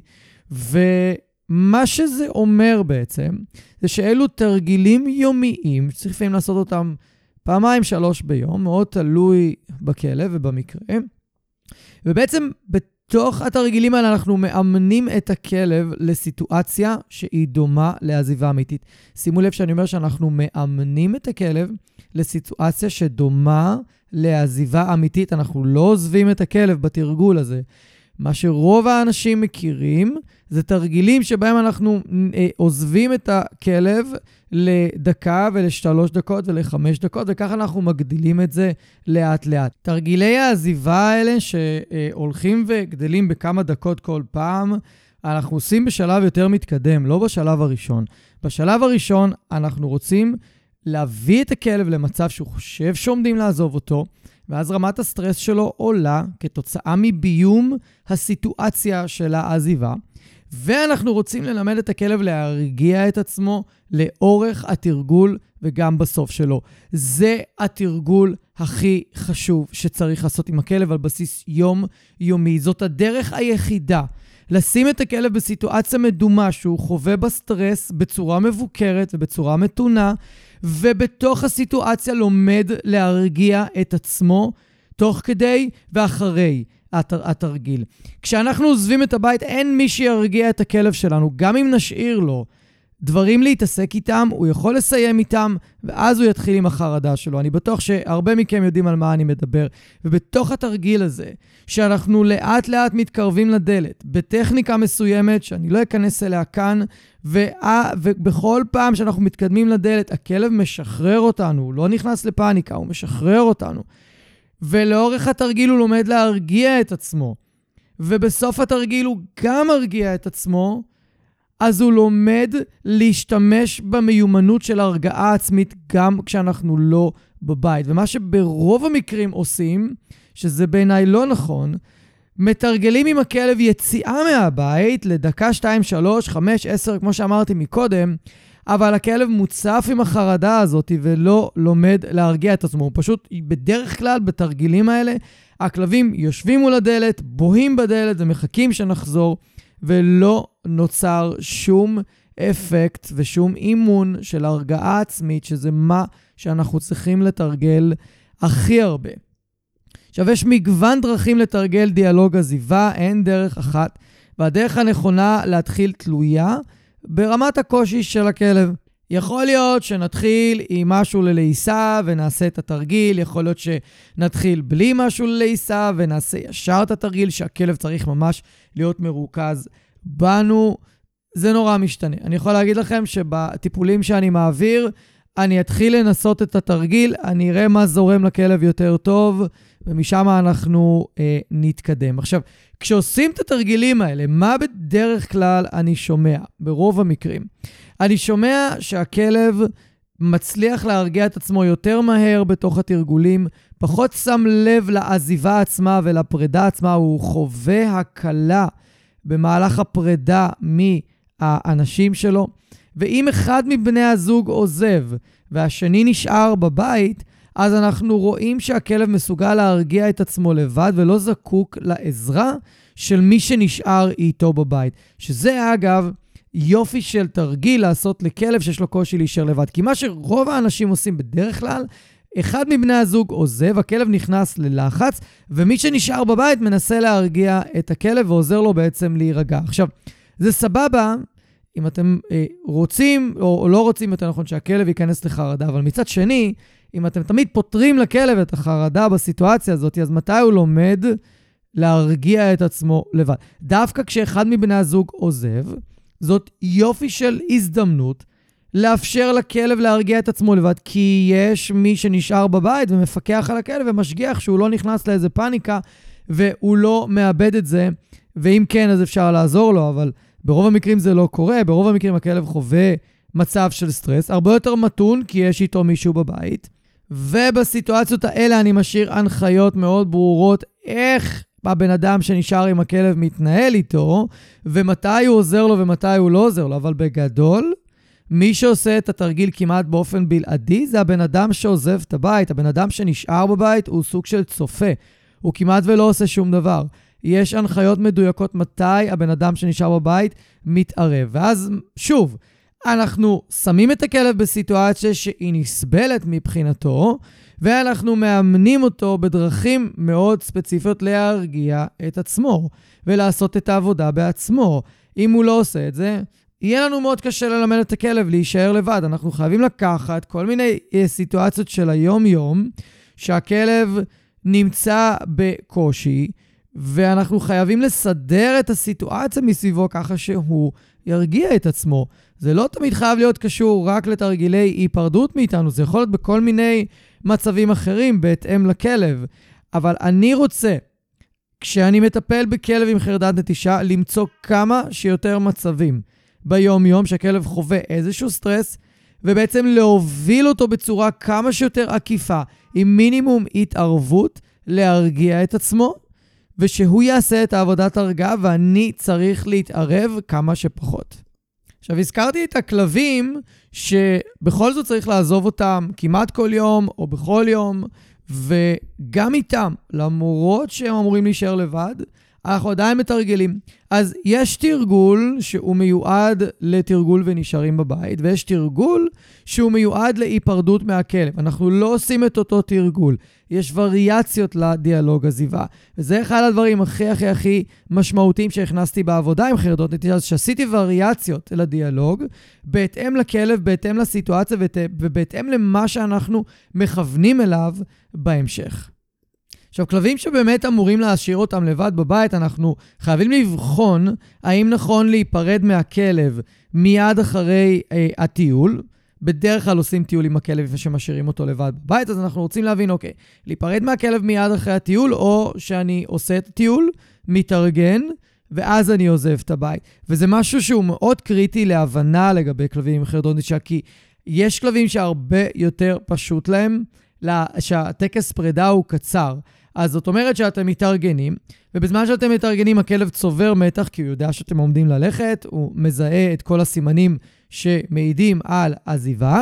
ומה שזה אומר בעצם, זה שאלו תרגילים יומיים, שצריכים לעשות אותם 2-3 ביום, מאוד תלוי בכלב ובמקרה, ובעצם בתוך התרגילים האלה אנחנו מאמנים את הכלב לסיטואציה שהיא דומה לעזיבה אמיתית. שימו לב שאני אומר שאנחנו מאמנים את הכלב לסיטואציה שדומה לעזיבה אמיתית. אנחנו לא עוזבים את הכלב בתרגול הזה. מה שרוב האנשים מכירים זה תרגילים שבהם אנחנו עוזבים את הכלב לדקה ול3 דקות ול5 דקות, וככה אנחנו מגדילים את זה לאט לאט. תרגילי העזיבה האלה שהולכים וגדלים בכמה דקות כל פעם, אנחנו עושים בשלב יותר מתקדם, לא בשלב הראשון. בשלב הראשון אנחנו רוצים להביא את הכלב למצב שהוא חושב שעומדים לעזוב אותו, ואז רמת הסטרס שלו עולה כתוצאה מביום הסיטואציה של העזיבה, ואנחנו רוצים ללמד את הכלב להרגיע את עצמו לאורך התרגול וגם בסוף שלו. זה התרגול הכי חשוב שצריך לעשות עם הכלב על בסיס יומי. זאת הדרך היחידה לשים את הכלב בסיטואציה מדומה שהוא חווה בסטרס בצורה מבוקרת ובצורה מתונה, ובתוך הסיטואציה לומד להרגיע את עצמו תוך כדי ואחרי התרגיל. כשאנחנו עוזבים את הבית, אין מי שירגיע את הכלב שלנו. גם אם נשאיר לו דברים להתעסק איתם, הוא יכול לסיים איתם, ואז הוא יתחיל עם החרדה שלו. אני בטוח שהרבה מכם יודעים על מה אני מדבר. ובתוך התרגיל הזה, שאנחנו לאט לאט מתקרבים לדלת, בטכניקה מסוימת, שאני לא אכנס אליה כאן, ובכל פעם שאנחנו מתקדמים לדלת, הכלב משחרר אותנו, הוא לא נכנס לפאניקה, הוא משחרר אותנו. ולאורך התרגיל הוא לומד להרגיע את עצמו. ובסוף התרגיל הוא גם מרגיע את עצמו, אז הוא לומד להשתמש במיומנות של הרגעה עצמית גם כשאנחנו לא בבית. ומה שברוב המקרים עושים, שזה בעיניי לא נכון, מתרגלים עם הכלב יציאה מהבית לדקה, 2, 3, 5, 10, כמו שאמרתי מקודם, אבל הכלב מוצף עם החרדה הזאת ולא לומד להרגיע את עצמו. הוא פשוט, בדרך כלל, בתרגילים האלה, הכלבים יושבים מול הדלת, בוהים בדלת ומחכים שנחזור, ולא נוצר שום אפקט ושום אימון של הרגעה עצמית, שזה מה שאנחנו צריכים לתרגל הכי הרבה. עכשיו, יש מגוון דרכים לתרגל דיאלוג עזיבה, אין דרך אחת, והדרך הנכונה להתחיל תלויה ברמת הקושי של הכלב. יכול להיות שנתחיל עם משהו ללעיסה ונעשה את התרגיל, יכול להיות שנתחיל בלי משהו ללעיסה ונעשה ישר את התרגיל, שהכלב צריך ממש להיות מרוכז בנו. זה נורא משתנה. אני יכול להגיד לכם שבטיפולים שאני מעביר, אני אתחיל לנסות את התרגיל, אני אראה מה זורם לכלב יותר טוב, ומשם אנחנו נתקדם. עכשיו, כשעושים את התרגילים האלה, מה בדרך כלל אני שומע? ברוב המקרים. אני שומע שהכלב מצליח להרגיע את עצמו יותר מהר בתוך התרגולים, פחות שם לב לעזיבה עצמה ולפרידה עצמה, הוא חווה הקלה במהלך הפרידה מהאנשים שלו, ואם אחד מבני הזוג עוזב והשני נשאר בבית, אז אנחנו רואים שהכלב מסוגל להרגיע את עצמו לבד ולא זקוק לעזרה של מי שנשאר איתו בבית. שזה אגב יופי של תרגיל לעשות לכלב שיש לו קושי להישאר לבד. כי מה שרוב האנשים עושים בדרך כלל, אחד מבני הזוג עוזב, הכלב נכנס ללחץ, ומי שנשאר בבית מנסה להרגיע את הכלב ועוזר לו בעצם להירגע. עכשיו, זה סבבה, אם אתם רוצים, או לא רוצים יותר נכון שהכלב ייכנס לחרדה, אבל מצד שני, אם אתם תמיד פותרים לכלב את החרדה בסיטואציה הזאת, אז מתי הוא לומד להרגיע את עצמו לבד? דווקא כשאחד מבני הזוג עוזב, זאת יופי של הזדמנות לאפשר לכלב להרגיע את עצמו לבד, כי יש מי שנשאר בבית ומפקח על הכלב ומשגיח שהוא לא נכנס לאיזה פאניקה, והוא לא מאבד את זה, ואם כן, אז אפשר לעזור לו, אבל ברוב המקרים זה לא קורה, ברוב המקרים הכלב חווה מצב של סטרס, הרבה יותר מתון, כי יש איתו מישהו בבית, ובסיטואציות האלה אני משאיר הנחיות מאוד ברורות, איך הבן אדם שנשאר עם הכלב מתנהל איתו, ומתי הוא עוזר לו ומתי הוא לא עוזר לו, אבל בגדול, מי שעושה את התרגיל כמעט באופן בלעדי, זה הבן אדם שעוזב את הבית, הבן אדם שנשאר בבית הוא סוג של צופה, הוא כמעט ולא עושה שום דבר. יש הנחיות מדויקות מתי הבן אדם שנשאר בבית מתערב. ואז שוב, אנחנו שמים את הכלב בסיטואציה שהיא נסבלת מבחינתו, ואנחנו מאמנים אותו בדרכים מאוד ספציפיות להרגיע את עצמו, ולעשות את העבודה בעצמו. אם הוא לא עושה את זה, יהיה לנו מאוד קשה ללמד את הכלב להישאר לבד. אנחנו חייבים לקחת כל מיני סיטואציות של היום-יום, שהכלב נמצא בקושי, ואנחנו חייבים לסדר את הסיטואציה מסביבו ככה שהוא ירגיע את עצמו. זה לא תמיד חייב להיות קשור רק לתרגילי היפרדות מאיתנו, זה יכול להיות בכל מיני מצבים אחרים בהתאם לכלב. אבל אני רוצה, כשאני מטפל בכלב עם חרדת נטישה, למצוא כמה שיותר מצבים ביום-יום שהכלב חווה איזשהו סטרס, ובעצם להוביל אותו בצורה כמה שיותר עקיפה, עם מינימום התערבות, להרגיע את עצמו, ושהוא יעשה את העבודת הרגעה, ואני צריך להתערב כמה שפחות. עכשיו, הזכרתי את הכלבים, שבכל זאת צריך לעזוב אותם כמעט כל יום, או בכל יום, וגם איתם, למרות שהם אמורים להישאר לבד, אנחנו עדיין מתרגלים. אז יש תרגול שהוא מיועד לתרגול ונשארים בבית, ויש תרגול שהוא מיועד להיפרדות מהכלב. אנחנו לא עושים את אותו תרגול. יש וריאציות לדיאלוג עזיבה. וזה אחד הדברים הכי משמעותיים שהכנסתי בעבודה עם חרדות נטישה, שעשיתי וריאציות לדיאלוג, בהתאם לכלב, בהתאם לסיטואציה, ובהתאם למה שאנחנו מכוונים אליו בהמשך. עכשיו, כלבים שבאמת אמורים להשאיר אותם לבד בבית, אנחנו חייבים לבחון האם נכון להיפרד מהכלב מיד אחרי הטיול. בדרך כלל עושים טיול עם הכלב לפני שמשאירים אותו לבד בבית, אז אנחנו רוצים להבין, אוקיי, להיפרד מהכלב מיד אחרי הטיול, או שאני עושה את הטיול, מתארגן, ואז אני עוזב את הבית. וזה משהו שהוא מאוד קריטי להבנה לגבי כלבים עם חרדות נטישה, כי יש כלבים שהרבה יותר פשוט להם, שהטקס פרידה הוא קצר. אז זאת אומרת שאתם מתארגנים, ובזמן שאתם מתארגנים הכלב צובר מתח, כי הוא יודע שאתם עומדים ללכת, הוא מזהה את כל הסימנים שמעידים על עזיבה,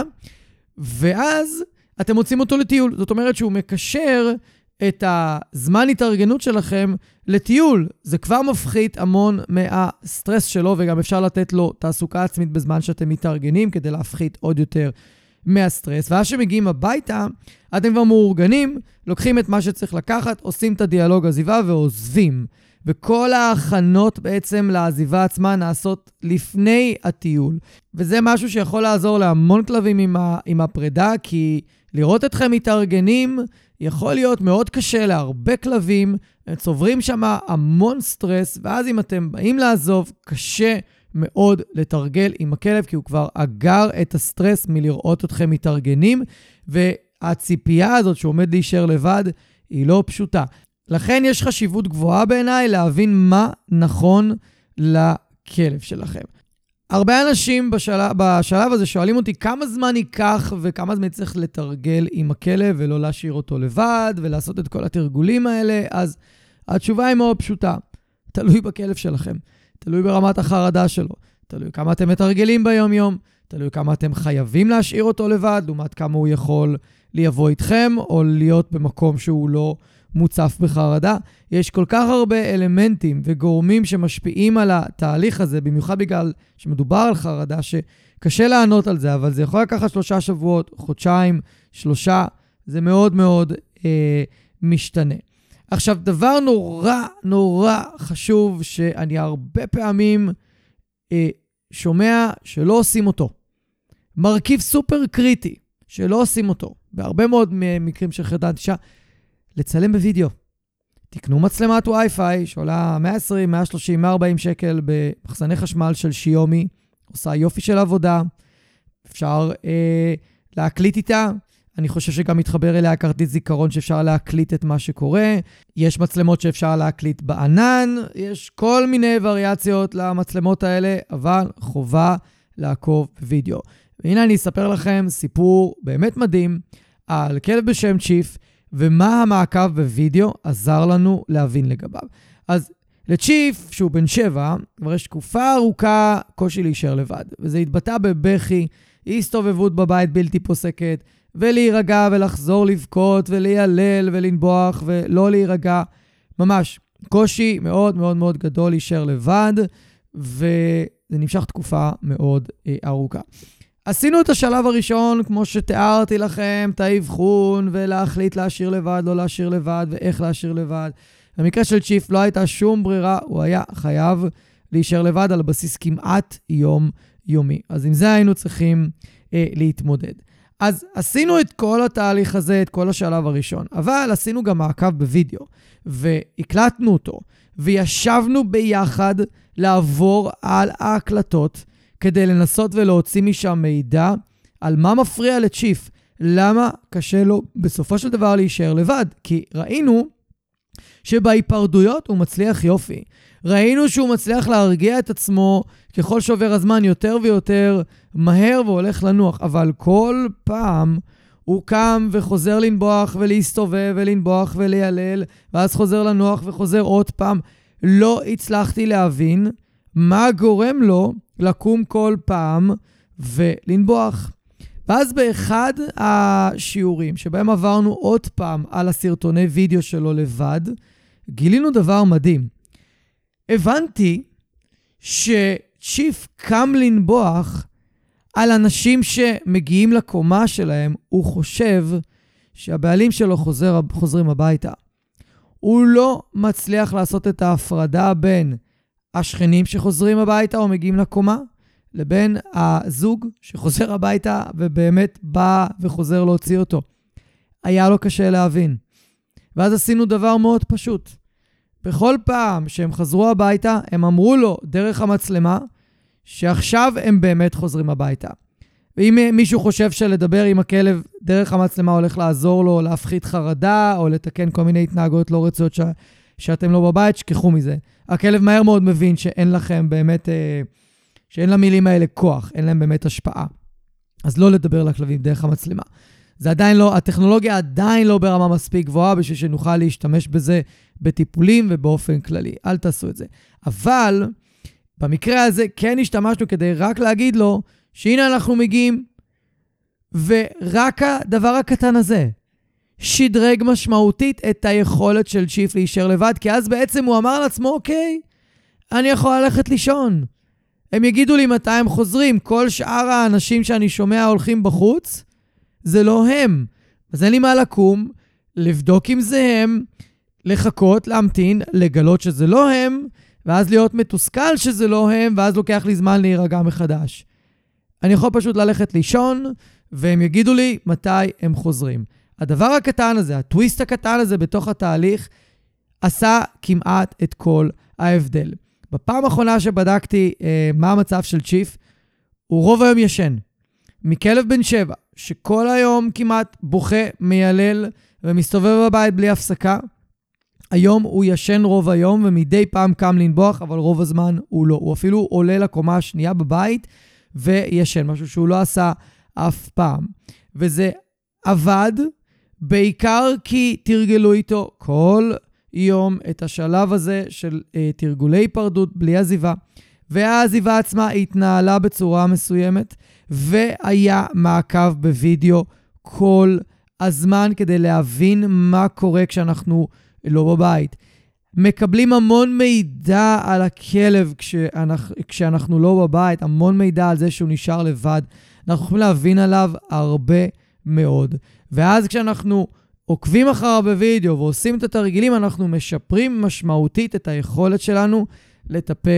ואז אתם מוצאים אותו לטיול. זאת אומרת שהוא מקשר את הזמן התארגנות שלכם לטיול. זה כבר מפחית המון מהסטרס שלו, וגם אפשר לתת לו תעסוקה עצמית בזמן שאתם מתארגנים, כדי להפחית עוד יותר מהסטרס. ואז שמגיעים הביתה, אתם כבר מאורגנים, לוקחים את מה שצריך לקחת, עושים את הדיאלוג עזיבה ועוזבים. וכל ההכנות בעצם לעזיבה עצמה נעשות לפני הטיול. וזה משהו שיכול לעזור להמון כלבים עם הפרידה, כי לראות אתכם מתארגנים יכול להיות מאוד קשה להרבה כלבים, הם צוברים שם המון סטרס, ואז אם אתם באים לעזוב, קשה מאוד לתרגל עם הכלב, כי הוא כבר אגר את הסטרס מלראות אתכם מתארגנים, והציפייה הזאת שעומד להישאר לבד היא לא פשוטה. לכן יש חשיבות גבוהה בעיניי להבין מה נכון לכלב שלכם. הרבה אנשים בשלב הזה שואלים אותי כמה זמן ייקח וכמה זמן צריך לתרגל עם הכלב ולא להשאיר אותו לבד ולעשות את כל התרגולים האלה. אז התשובה היא מאוד פשוטה. תלוי בכלב שלכם. תלוי ברמת החרדה שלו. תלוי כמה אתם מתרגלים ביום יום. תלוי כמה אתם חייבים להשאיר אותו לבד, לעומת כמה הוא יכול לבוא איתכם או להיות במקום שהוא לא מוצף בחרדה. יש כל כך הרבה אלמנטים וגורמים שמשפיעים על התהליך הזה, במיוחד בגלל שמדובר על חרדה, שקשה לענות על זה, אבל זה יכול לקחת 3 שבועות, חודשיים, 3, זה מאוד מאוד משתנה. עכשיו, דבר נורא חשוב שאני הרבה פעמים שומע שלא עושים אותו. מרכיב סופר קריטי שלא עושים אותו. בהרבה מאוד מקרים של חרדת נטישה, לצלם בווידאו. תקנו מצלמת וי-פיי שעולה 120, 130, 140 שקל במחסני חשמל של שיומי. עושה יופי של עבודה. אפשר להקליט איתה. אני חושב שגם מתחבר אליה כרטיס זיכרון שאפשר להקליט את מה שקורה. יש מצלמות שאפשר להקליט בענן. יש כל מיני וריאציות למצלמות האלה, אבל חובה לעקוב בווידאו. והנה אני אספר לכם סיפור באמת מדהים על כלב בשם צ'יף, ומה המעקב בווידאו עזר לנו להבין לגביו. אז לצ'יף, שהוא בן 7, כבר יש תקופה ארוכה קושי להישאר לבד. וזה התבטא בבכי, הסתובבות בבית בלתי פוסקת, ולהירגע ולחזור לבכות ולהילל ולנבוח ולא להירגע. ממש קושי מאוד מאוד מאוד גדול להישאר לבד, וזה נמשך תקופה מאוד ארוכה. עשינו את השלב הראשון, כמו שתיארתי לכם, את האבחון ולהחליט להשאיר לבד, לא להשאיר לבד ואיך להשאיר לבד. במקרה של צ'יף לא הייתה שום ברירה, הוא היה חייב להישאר לבד על בסיס כמעט יומי. אז עם זה היינו צריכים להתמודד. אז עשינו את כל התהליך הזה, את כל השלב הראשון, אבל עשינו גם מעקב בווידאו, והקלטנו אותו, וישבנו ביחד לעבור על ההקלטות, כדי לנסות ולהוציא משם מידע על מה מפריע לצ'יף, למה קשה לו בסופו של דבר להישאר לבד, כי ראינו שבהיפרדויות הוא מצליח יופי. ראינו שהוא מצליח להרגיע את עצמו ככל שעובר הזמן יותר ויותר מהר והולך לנוח, אבל כל פעם הוא קם וחוזר לנבוח ולהסתובב ולנבוח ולהילל, ואז חוזר לנוח וחוזר עוד פעם. לא הצלחתי להבין מה גורם לו לקום כל פעם ולנבוח. ואז באחד השיעורים שבהם עברנו עוד פעם על הסרטוני וידאו שלו לבד, גילינו דבר מדהים. הבנתי שצ'יף קם לנבוח על אנשים שמגיעים לקומה שלהם, הוא חושב שהבעלים שלו חוזרים הביתה. הוא לא מצליח לעשות את ההפרדה בין השכנים שחוזרים הביתה או מגיעים לקומה, לבין הזוג שחוזר הביתה ובאמת בא וחוזר להוציא אותו. היה לו קשה להבין. ואז עשינו דבר מאוד פשוט. בכל פעם שהם חזרו הביתה, הם אמרו לו דרך המצלמה, שעכשיו הם באמת חוזרים הביתה. ואם מישהו חושב שלדבר עם הכלב דרך המצלמה הולך לעזור לו להפחית חרדה, או לתקן כל מיני התנהגות לא רצויות שאתם לא בבית, שכחו מזה. הכלב מהר מאוד מבין שאין לכם באמת, שאין למילים האלה כוח, אין להם באמת השפעה. אז לא לדבר לכלבים דרך המצלמה. זה עדיין לא, הטכנולוגיה עדיין לא ברמה מספיק גבוהה, בשביל שנוכל להשתמש בזה בטיפולים ובאופן כללי. אל תעשו את זה. אבל במקרה הזה כן השתמשנו כדי רק להגיד לו, שהנה אנחנו מגיעים, ורק הדבר הקטן הזה, שדרג משמעותית את היכולת של צ'יף להישאר לבד, כי אז בעצם הוא אמר לעצמו, אוקיי, אני יכול ללכת לישון. הם יגידו לי מתי הם חוזרים, כל שאר האנשים שאני שומע הולכים בחוץ, זה לא הם. אז אין לי מה לקום, לבדוק אם זה הם, לחכות, להמתין, לגלות שזה לא הם, ואז להיות מתוסכל שזה לא הם, ואז לוקח לי זמן להירגע מחדש. אני יכול פשוט ללכת לישון, והם יגידו לי מתי הם חוזרים. הדבר הקטן הזה, הטוויסט הקטן הזה בתוך התהליך, עשה כמעט את כל ההבדל. בפעם האחרונה שבדקתי מה המצב של צ'יף, הוא רוב היום ישן. מכלב בן 7, שכל היום כמעט בוכה, מיילל, ומסתובב בבית בלי הפסקה, היום הוא ישן רוב היום, ומדי פעם קם לנבוח, אבל רוב הזמן הוא לא. הוא אפילו עולה לקומה השנייה בבית, וישן, משהו שהוא לא עשה אף פעם. וזה עבד, בעיקר כי תרגלו איתו כל יום את השלב הזה של תרגולי היפרדות בלי עזיבה. והעזיבה עצמה התנהלה בצורה מסוימת, והיה מעקב בווידאו כל הזמן כדי להבין מה קורה כשאנחנו לא בבית. מקבלים המון מידע על הכלב כשאנחנו לא בבית, המון מידע על זה שהוא נשאר לבד. אנחנו יכולים להבין עליו הרבה מאוד. ואז כשאנחנו עוקבים אחריו בווידאו ועושים את התרגילים, אנחנו משפרים משמעותית את היכולת שלנו לטפל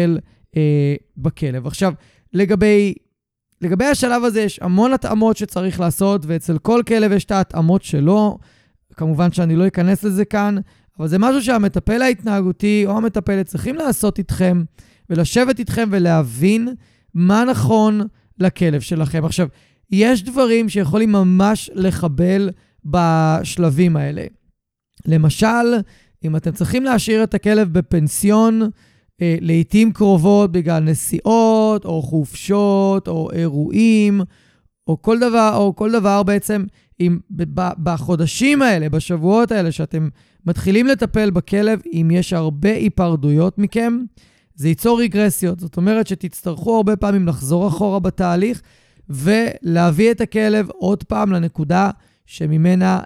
בכלב. עכשיו, לגבי השלב הזה יש המון התאמות שצריך לעשות, ואצל כל כלב יש את ההתאמות שלו. כמובן שאני לא אכנס לזה כאן, אבל זה משהו שהמטפל ההתנהגותי או המטפלת צריכים לעשות איתכם, ולשבת איתכם ולהבין מה נכון לכלב שלכם. עכשיו, יש דברים שיכולים ממש לחבל בשלבים האלה. למשל, אם אתם צריכים להשאיר את הכלב בפנסיון, לעתים קרובות בגלל נסיעות, או חופשות, או אירועים, או כל דבר בעצם, אם בחודשים האלה, בשבועות האלה, שאתם מתחילים לטפל בכלב, אם יש הרבה היפרדויות מכם, זה ייצור רגרסיות. זאת אומרת שתצטרכו הרבה פעמים לחזור אחורה בתהליך, ולהביא את הכלב עוד פעם לנקודה שממנה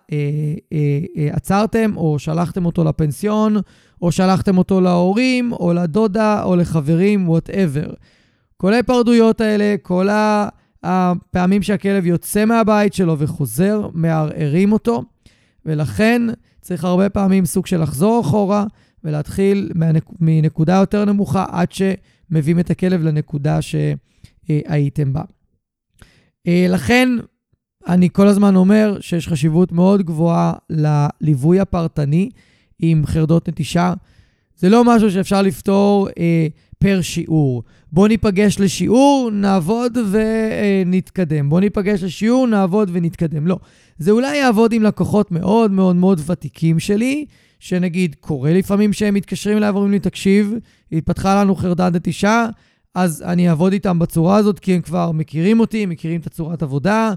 עצרתם, או שלחתם אותו לפנסיון, או שלחתם אותו להורים, או לדודה, או לחברים, whatever. כל ההיפרדויות האלה, כל הפעמים שהכלב יוצא מהבית שלו וחוזר, מערערים אותו, ולכן צריך הרבה פעמים סוג של לחזור אחורה, ולהתחיל מנקודה יותר נמוכה, עד שמביאים את הכלב לנקודה שהייתם בה. לכן, אני כל הזמן אומר שיש חשיבות מאוד גבוהה לליווי הפרטני עם חרדות נטישה. זה לא משהו שאפשר לפתור פר שיעור. בוא ניפגש לשיעור, נעבוד ונתקדם. בוא ניפגש לשיעור, נעבוד ונתקדם. לא. זה אולי יעבוד עם לקוחות מאוד מאוד מאוד ותיקים שלי, שנגיד קורה לפעמים שהם מתקשרים אליי ואומרים לי, תקשיב, התפתחה לנו חרדת נטישה, אז אני אעבוד איתם בצורה הזאת, כי הם כבר מכירים אותי, מכירים את הצורת עבודה,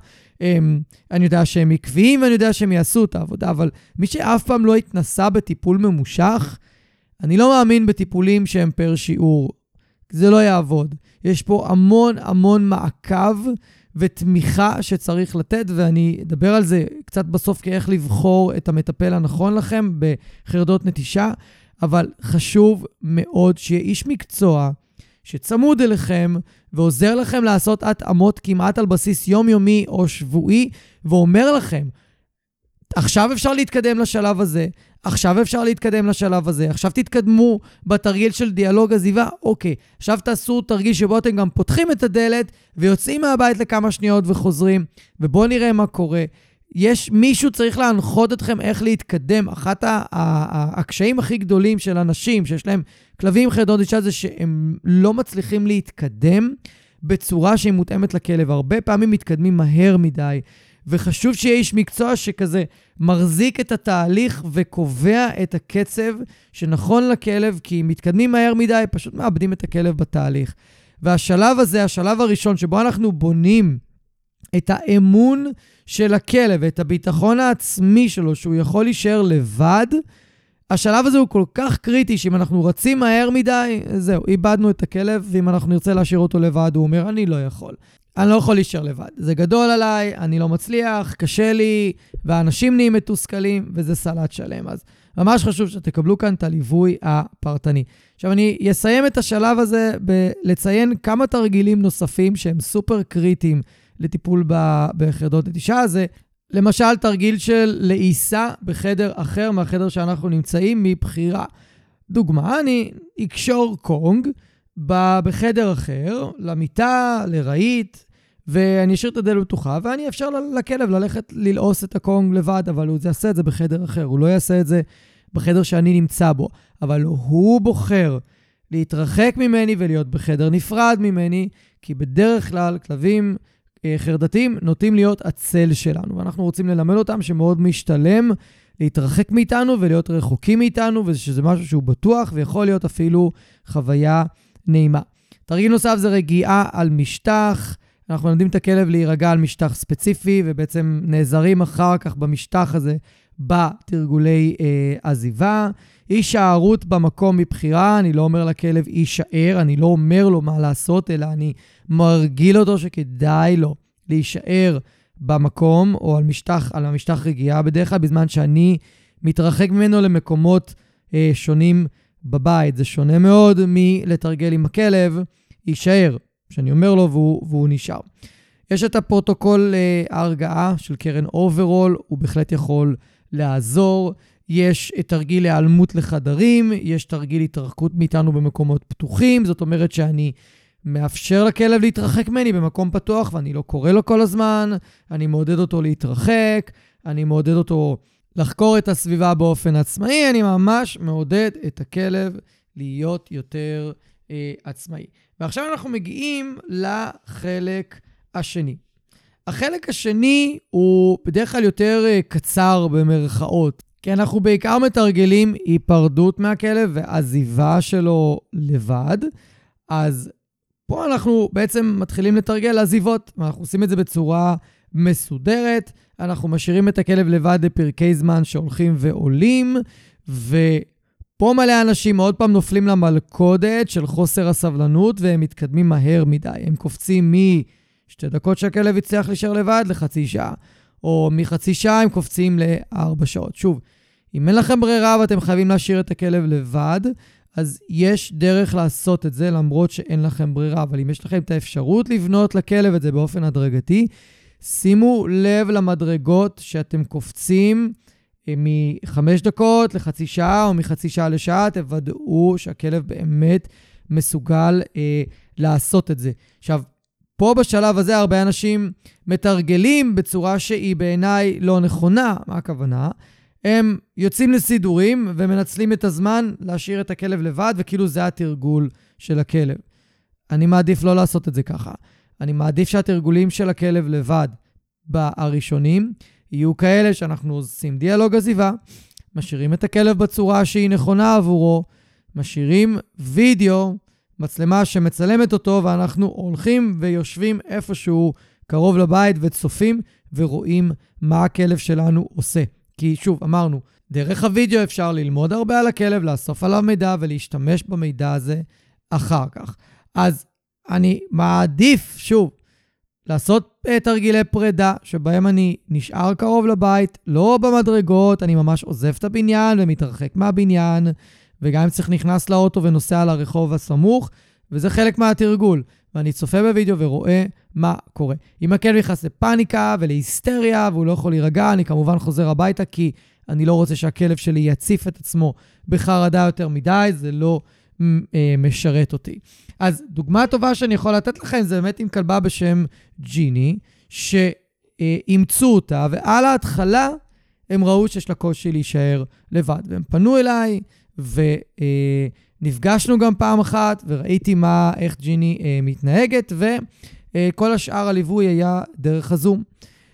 אני יודע שהם עקביים ואני יודע שהם יעשו את העבודה, אבל מי שאף פעם לא התנסה בטיפול ממושך, אני לא מאמין בטיפולים שהם פר שיעור. זה לא יעבוד. יש פה המון המון מעקב ותמיכה שצריך לתת, ואני אדבר על זה קצת בסוף כאיך לבחור את המטפל הנכון לכם בחרדות נטישה, אבל חשוב מאוד שיהיה איש מקצוע שצמוד אליכם ועוזר לכם לעשות התאמות כמעט על בסיס יומיומי או שבועי, ואומר לכם, עכשיו אפשר להתקדם לשלב הזה, עכשיו אפשר להתקדם לשלב הזה, עכשיו תתקדמו בתרגיל של דיאלוג עזיבה, אוקיי, עכשיו תעשו תרגיל שבו אתם גם פותחים את הדלת ויוצאים מהבית לכמה שניות וחוזרים, ובואו נראה מה קורה. מישהו צריך להנחות אתכם איך להתקדם. אחת הקשיים הכי גדולים של אנשים שיש להם כלבים חרדות נטישה זה שהם לא מצליחים להתקדם בצורה שהיא מותאמת לכלב. הרבה פעמים מתקדמים מהר מדי, וחשוב שיהיה איש מקצוע שכזה מחזיק את התהליך וקובע את הקצב שנכון לכלב, כי מתקדמים מהר מדי, פשוט מאבדים את הכלב בתהליך. והשלב הזה, השלב הראשון שבו אנחנו בונים את האמון של הכלב ואת הביטחון העצמי שלו, שהוא יכול להישאר לבד, השלב הזה הוא כל כך קריטי, שאם אנחנו רצים מהר מדי, זהו, איבדנו את הכלב, ואם אנחנו נרצה להשאיר אותו לבד, הוא אומר, אני לא יכול. אני לא יכול להישאר לבד. זה גדול עליי, אני לא מצליח, קשה לי, והאנשים נהיים מתוסכלים, וזה סלט שלם. אז ממש חשוב שתקבלו כאן את הליווי הפרטני. עכשיו, אני אסיים את השלב הזה בלציין כמה תרגילים נוספים שהם סופר קריטיים לטיפול בחרדות נטישה. זה למשל תרגיל של לעיסה בחדר אחר מהחדר שאנחנו נמצאים מבחירה. דוגמה, אני אקשור קונג בחדר אחר, למיטה, לרהיט, ואני אשאיר את הדלת פתוחה, ואני אפשר לכלב ללכת ללעוס את הקונג לבד, אבל הוא יעשה את זה בחדר אחר, הוא לא יעשה את זה בחדר שאני נמצא בו, אבל הוא בוחר להתרחק ממני ולהיות בחדר נפרד ממני, כי בדרך כלל כלבים חרדתיים נוטים להיות הצל שלנו, ואנחנו רוצים ללמד אותם שמאוד משתלם להתרחק מאיתנו ולהיות רחוקים מאיתנו, ושזה משהו שהוא בטוח ויכול להיות אפילו חוויה נעימה. תרגיל נוסף זה רגיעה על משטח. אנחנו לומדים את הכלב להירגע על משטח ספציפי, ובעצם נעזרים אחר כך במשטח הזה בתרגולי עזיבה. הישארות במקום מבחירה, אני לא אומר לכלב יישאר, אני לא אומר לו מה לעשות, אלא אני מרגיל אותו שכדאי לו להישאר במקום, או על המשטח רגיעה, בדרך כלל בזמן שאני מתרחק ממנו למקומות שונים בבית. זה שונה מאוד מלתרגל עם הכלב, יישאר, שאני אומר לו והוא נשאר. יש את הפרוטוקול ההרגעה של קרן אוברול, הוא בהחלט יכול לעזור. יש תרגיל להיעלמות לחדרים, יש תרגיל התרחקות מאיתנו במקומות פתוחים, זאת אומרת שאני מאפשר לכלב להתרחק ממני במקום פתוח, ואני לא קורא לו כל הזמן, אני מעודד אותו להתרחק, אני מעודד אותו לחקור את הסביבה באופן עצמאי, אני ממש מעודד את הכלב להיות יותר עצמאי. ועכשיו אנחנו מגיעים לחלק השני. החלק השני הוא בדרך כלל יותר קצר במרכאות, כי אנחנו בעיקר מתרגלים היפרדות מהכלב ועזיבה שלו לבד, אז פה אנחנו בעצם מתחילים לתרגל עזיבות, ואנחנו עושים את זה בצורה מסודרת, אנחנו משאירים את הכלב לבד לפרקי זמן שהולכים ועולים, ופה מלא אנשים עוד פעם נופלים למלכודת של חוסר הסבלנות, והם מתקדמים מהר מדי, הם קופצים מ2 דקות שהכלב יצליח להישאר לבד לחצי שעה, או מחצי שעה הם קופצים ל4 שעות. שוב, אם אין לכם ברירה ואתם חייבים להשאיר את הכלב לבד, אז יש דרך לעשות את זה למרות שאין לכם ברירה, אבל אם יש לכם את האפשרות לבנות לכלב את זה באופן הדרגתי, שימו לב למדרגות שאתם קופצים מ5 דקות לחצי שעה או מחצי שעה לשעה, תוודאו שהכלב באמת מסוגל לעשות את זה. עכשיו, פה בשלב הזה הרבה אנשים מתרגלים בצורה שהיא בעיניי לא נכונה. מה הכוונה? הם יוצאים לסידורים ומנצלים את הזמן להשאיר את הכלב לבד, וכאילו זה התרגול של הכלב. אני מעדיף לא לעשות את זה ככה. אני מעדיף שהתרגולים של הכלב לבד הראשונים יהיו כאלה שאנחנו עושים דיאלוג עזיבה, משאירים את הכלב בצורה שהיא נכונה עבורו, משאירים וידאו, מצלמה שמצלמת אותו, ואנחנו הולכים ויושבים איפשהו קרוב לבית וצופים ורואים מה הכלב שלנו עושה. כי שוב, אמרנו, דרך הוידאו אפשר ללמוד הרבה על הכלב, לאסוף עליו מידע ולהשתמש במידע הזה אחר כך. אז אני מעדיף, שוב, לעשות תרגילי פרידה, שבהם אני נשאר קרוב לבית, לא במדרגות, אני ממש עוזב את הבניין ומתרחק מהבניין, וגם אם צריך נכנס לאוטו ונוסע לרחוב הסמוך, וזה חלק מהתרגול. ואני צופה בווידאו ורואה מה קורה. אם הכלב נכנס לפאניקה ולהיסטריה, והוא לא יכול להירגע, אני כמובן חוזר הביתה, כי אני לא רוצה שהכלב שלי יציף את עצמו בחרדה יותר מדי, זה לא משרת אותי. אז דוגמה טובה שאני יכול לתת לכם, זה באמת עם כלבה בשם ג'יני, שאימצו אותה, ועל ההתחלה הם ראו שיש לה קושי להישאר לבד, והם פנו אליי, ונפגשנו גם פעם אחת, וראיתי איך ג'יני מתנהגת, וכל השאר הליווי היה דרך הזום.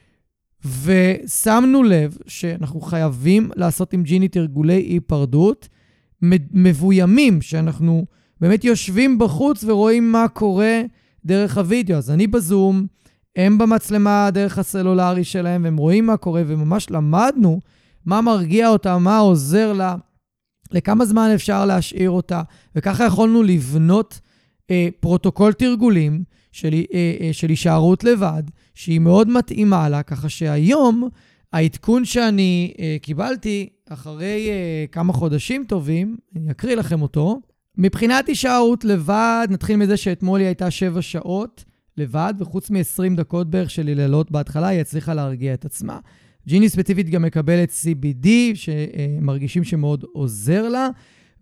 ושמנו לב שאנחנו חייבים לעשות עם ג'יני תרגולי היפרדות, מבוימים, שאנחנו באמת יושבים בחוץ ורואים מה קורה דרך הוידאו. אז אני בזום, הם במצלמה דרך הסלולרי שלהם, והם רואים מה קורה, וממש למדנו מה מרגיע אותה, מה עוזר לה, לכמה זמן אפשר להשאיר אותה, וככה יכולנו לבנות פרוטוקול תרגולים של הישארות לבד, שהיא מאוד מתאימה לה, ככה שהיום העדכון שאני קיבלתי אחרי כמה חודשים טובים, אני אקריא לכם אותו. מבחינת הישארות לבד, נתחיל מזה שאתמול היא הייתה 7 שעות לבד, וחוץ מ-20 דקות בערך של לילות בהתחלה, היא הצליחה להרגיע את עצמה. ג'יני ספציפית גם מקבלת CBD, שמרגישים שמאוד עוזר לה,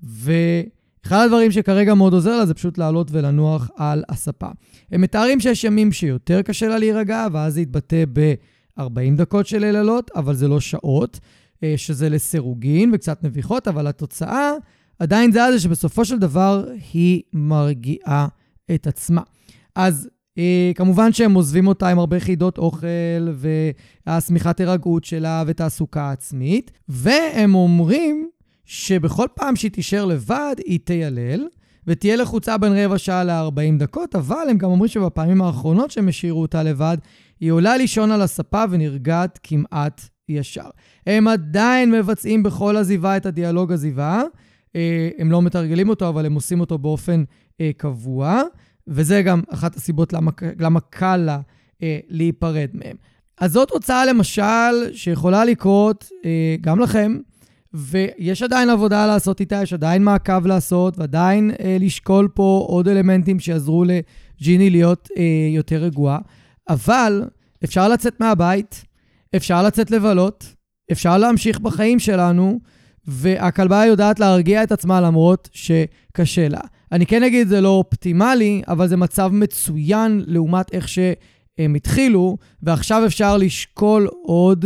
ואחד הדברים שכרגע מאוד עוזר לה, זה פשוט לעלות ולנוח על הספה. הם מתארים שיש ימים שיותר קשה לה להירגע, ואז זה יתבטא ב-40 דקות של לילות, אבל זה לא שעות, שזה לסירוגין וקצת נביחות, אבל התוצאה עדיין זה שבסופו של דבר היא מרגיעה את עצמה. אז כמובן שהם עוזבים אותה עם הרבה חידות אוכל והסמיכת הרגעות שלה ותעסוקה עצמית, והם אומרים שבכל פעם שהיא תישאר לבד היא תיילל, ותהיה לחוצה בין 15 שעה ל-40 דקות, אבל הם גם אומרים שבפעמים האחרונות שהם השאירו אותה לבד, היא עולה לישון על הספה ונרגעת כמעט ישר. הם עדיין מבצעים בכל עזיבה את הדיאלוג עזיבה, הם לא מתרגלים אותו, אבל הם עושים אותו באופן קבוע, וזה גם אחת הסיבות למה קל לה להיפרד מהם. אז זאת הוצאה למשל שיכולה לקרות גם לכם, ויש עדיין עבודה לעשות איתה, יש עדיין מעקב לעשות, ועדיין לשקול פה עוד אלמנטים שיעזרו לג'יני להיות יותר רגועה, אבל אפשר לצאת מהבית, אפשר לצאת לבלות, אפשר להמשיך בחיים שלנו, והכלבה יודעת להרגיע את עצמה למרות שקשה לה. אני כן אגיד, זה לא אופטימלי, אבל זה מצב מצוין לעומת איך שהם התחילו, ועכשיו אפשר לשקול עוד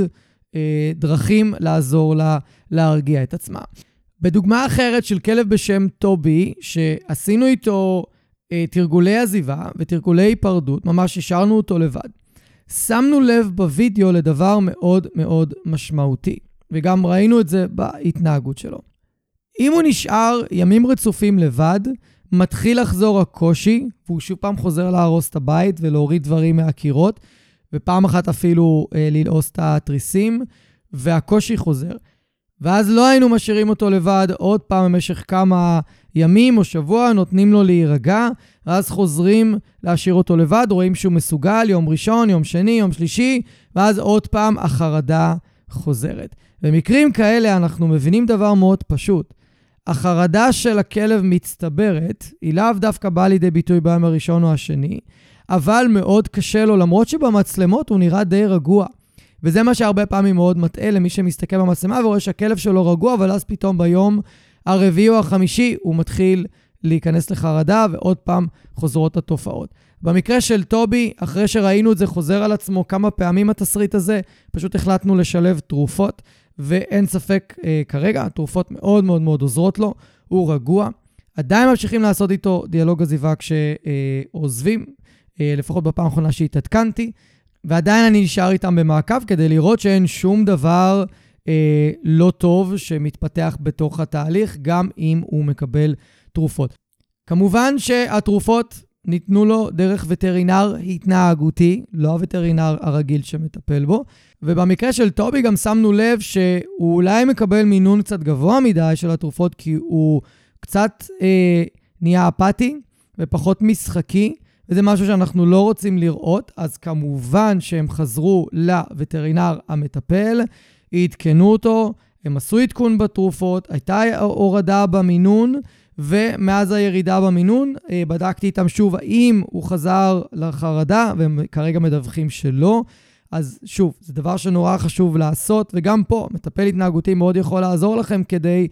דרכים לעזור לה להרגיע את עצמה. בדוגמה אחרת של כלב בשם טובי, שעשינו איתו תרגולי עזיבה ותרגולי היפרדות, ממש השארנו אותו לבד. שמנו לב בווידאו לדבר מאוד מאוד משמעותי, וגם ראינו את זה בהתנהגות שלו. אם הוא נשאר ימים רצופים לבד, מתחיל לחזור הקושי, והוא שוב פעם חוזר להרוס את הבית ולהוריד דברים מהקירות, ופעם אחת אפילו ללעוס את התריסים, והקושי חוזר. ואז לא היינו משאירים אותו לבד עוד פעם במשך כמה ימים או שבוע, נותנים לו להירגע, ואז חוזרים להשאיר אותו לבד, רואים שהוא מסוגל יום ראשון, יום שני, יום שלישי, ואז עוד פעם החרדה חוזרת. במקרים כאלה אנחנו מבינים דבר מאוד פשוט. החרדה של הכלב מצטברת, היא לאו דווקא באה לידי ביטוי ביום הראשון או השני, אבל מאוד קשה לו, למרות שבמצלמות הוא נראה די רגוע. וזה מה שהרבה פעמים מאוד מטעה למי שמסתכל במצלמה ורואה שהכלב שלו רגוע, אבל אז פתאום ביום הרביעי או החמישי הוא מתחיל להיכנס לחרדה, ועוד פעם חוזרות התופעות. במקרה של טובי, אחרי שראינו את זה חוזר על עצמו כמה פעמים התסריט הזה, פשוט החלטנו לשלב תרופות, ואין ספק כרגע, התרופות מאוד מאוד מאוד עוזרות לו, הוא רגוע. עדיין ממשיכים לעשות איתו דיאלוג עזיבה כשעוזבים, לפחות בפעם האחרונה שהתעדכנתי, ועדיין אני נשאר איתם במעקב כדי לראות שאין שום דבר לא טוב שמתפתח בתוך התהליך, גם אם הוא מקבל תרופות. כמובן שהתרופות ניתנו לו דרך וטרינר התנהגותי, לא הווטרינר הרגיל שמטפל בו, ובמקרה של טובי גם שמנו לב שהוא אולי מקבל מינון קצת גבוה מדי של התרופות, כי הוא קצת נהיה אפאתי ופחות משחקי, וזה משהו שאנחנו לא רוצים לראות, אז כמובן שהם חזרו לווטרינר המטפל, עדכנו אותו, הם עשו עדכון בתרופות, הייתה הורדה במינון, ומאז הירידה במינון בדקתי איתם שוב האם הוא חזר לחרדה, והם כרגע מדווחים שלא. אז שוב, זה דבר שנורא חשוב לעשות, וגם פה מטפל התנהגותי מאוד יכול לעזור לכם כדי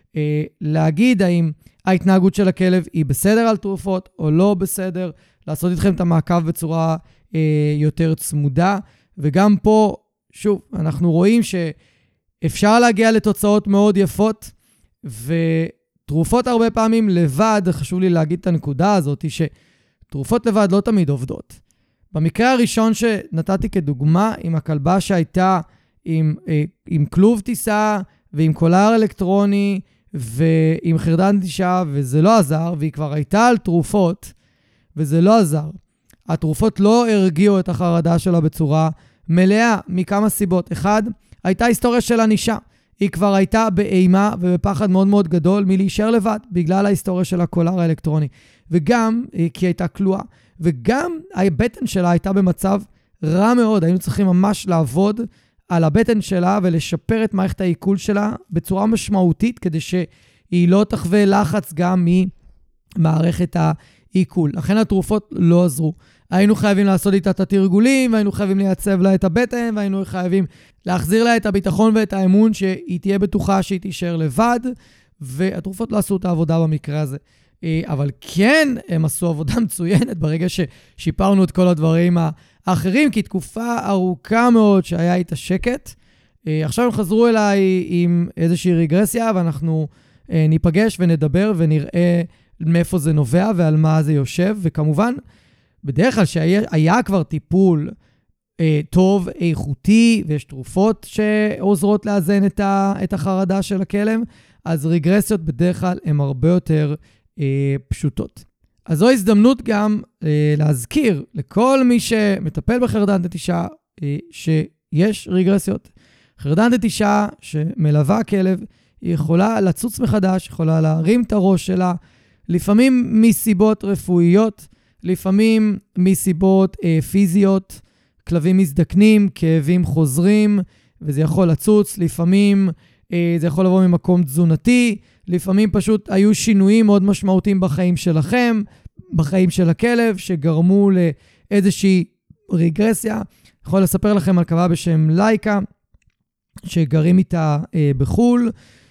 להגיד האם ההתנהגות של הכלב היא בסדר על תרופות או לא בסדר, לעשות איתכם את המעקב בצורה יותר צמודה, וגם פה, שוב, אנחנו רואים שאפשר להגיע לתוצאות מאוד יפות, ותרופות הרבה פעמים לבד, חשוב לי להגיד את הנקודה הזאת, שתרופות לבד לא תמיד עובדות. במקרה הראשון שנתתי כדוגמה, עם הכלבה שהייתה עם כלוב טיסה, ועם קולר אלקטרוני, ועם חרדן נטישה, וזה לא עזר, והיא כבר הייתה על תרופות, וזה לא עזר. התרופות לא הרגיעו את החרדה שלה בצורה מלאה, מכמה סיבות. אחד, הייתה היסטוריה של אנישה. היא כבר הייתה באימה ובפחד מאוד מאוד גדול מלהישאר לבד, בגלל ההיסטוריה של הקולר האלקטרוני. וגם כי הייתה כלואה. וגם הבטן שלה הייתה במצב רע מאוד. היינו צריכים ממש לעבוד על הבטן שלה ולשפר את מערכת העיכול שלה בצורה משמעותית, כדי שהיא לא תחווה לחץ גם ממערכת העיכול. לכן התרופות לא עזרו. היינו חייבים לעשות איתה את התרגולים, והיינו חייבים לייצב לה את הבטן, והיינו חייבים להחזיר לה את הביטחון ואת האמון שהיא תהיה בטוחה שהיא תישאר לבד, והתרופות לא עשו את העבודה במקרה הזה. אבל כן, הם עשו עבודה מצוינת ברגע ששיפרנו את כל הדברים האחרים, כי תקופה ארוכה מאוד שהיה איתה שקט. עכשיו הם חזרו אליי עם איזושהי רגרסיה, ואנחנו ניפגש ונדבר ונראה מאיפה זה נובע ועל מה זה יושב, וכמובן, בדרך כלל שהיה כבר טיפול טוב, איכותי, ויש תרופות שעוזרות לאזן את החרדה של הכלב, אז רגרסיות בדרך כלל הן הרבה יותר פשוטות. אז זו הזדמנות גם להזכיר לכל מי שמטפל בחרדן נטישה שיש רגרסיות. חרדן נטישה שמלווה כלב, היא יכולה לצוץ מחדש, יכולה להרים את הראש שלה, לפעמים מסיבות רפואיות, לפעמים מסיבות פיזיות, כלבים מזדקנים, כאבים חוזרים, וזה יכול לצוץ, לפעמים זה יכול לבוא ממקום תזונתי, לפעמים פשוט היו שינויים מאוד משמעותיים בחיים שלכם, בחיים של הכלב, שגרמו לאיזושהי רגרסיה. יכול לספר לכם על כלבה בשם לייקה, שגרים איתה בחול,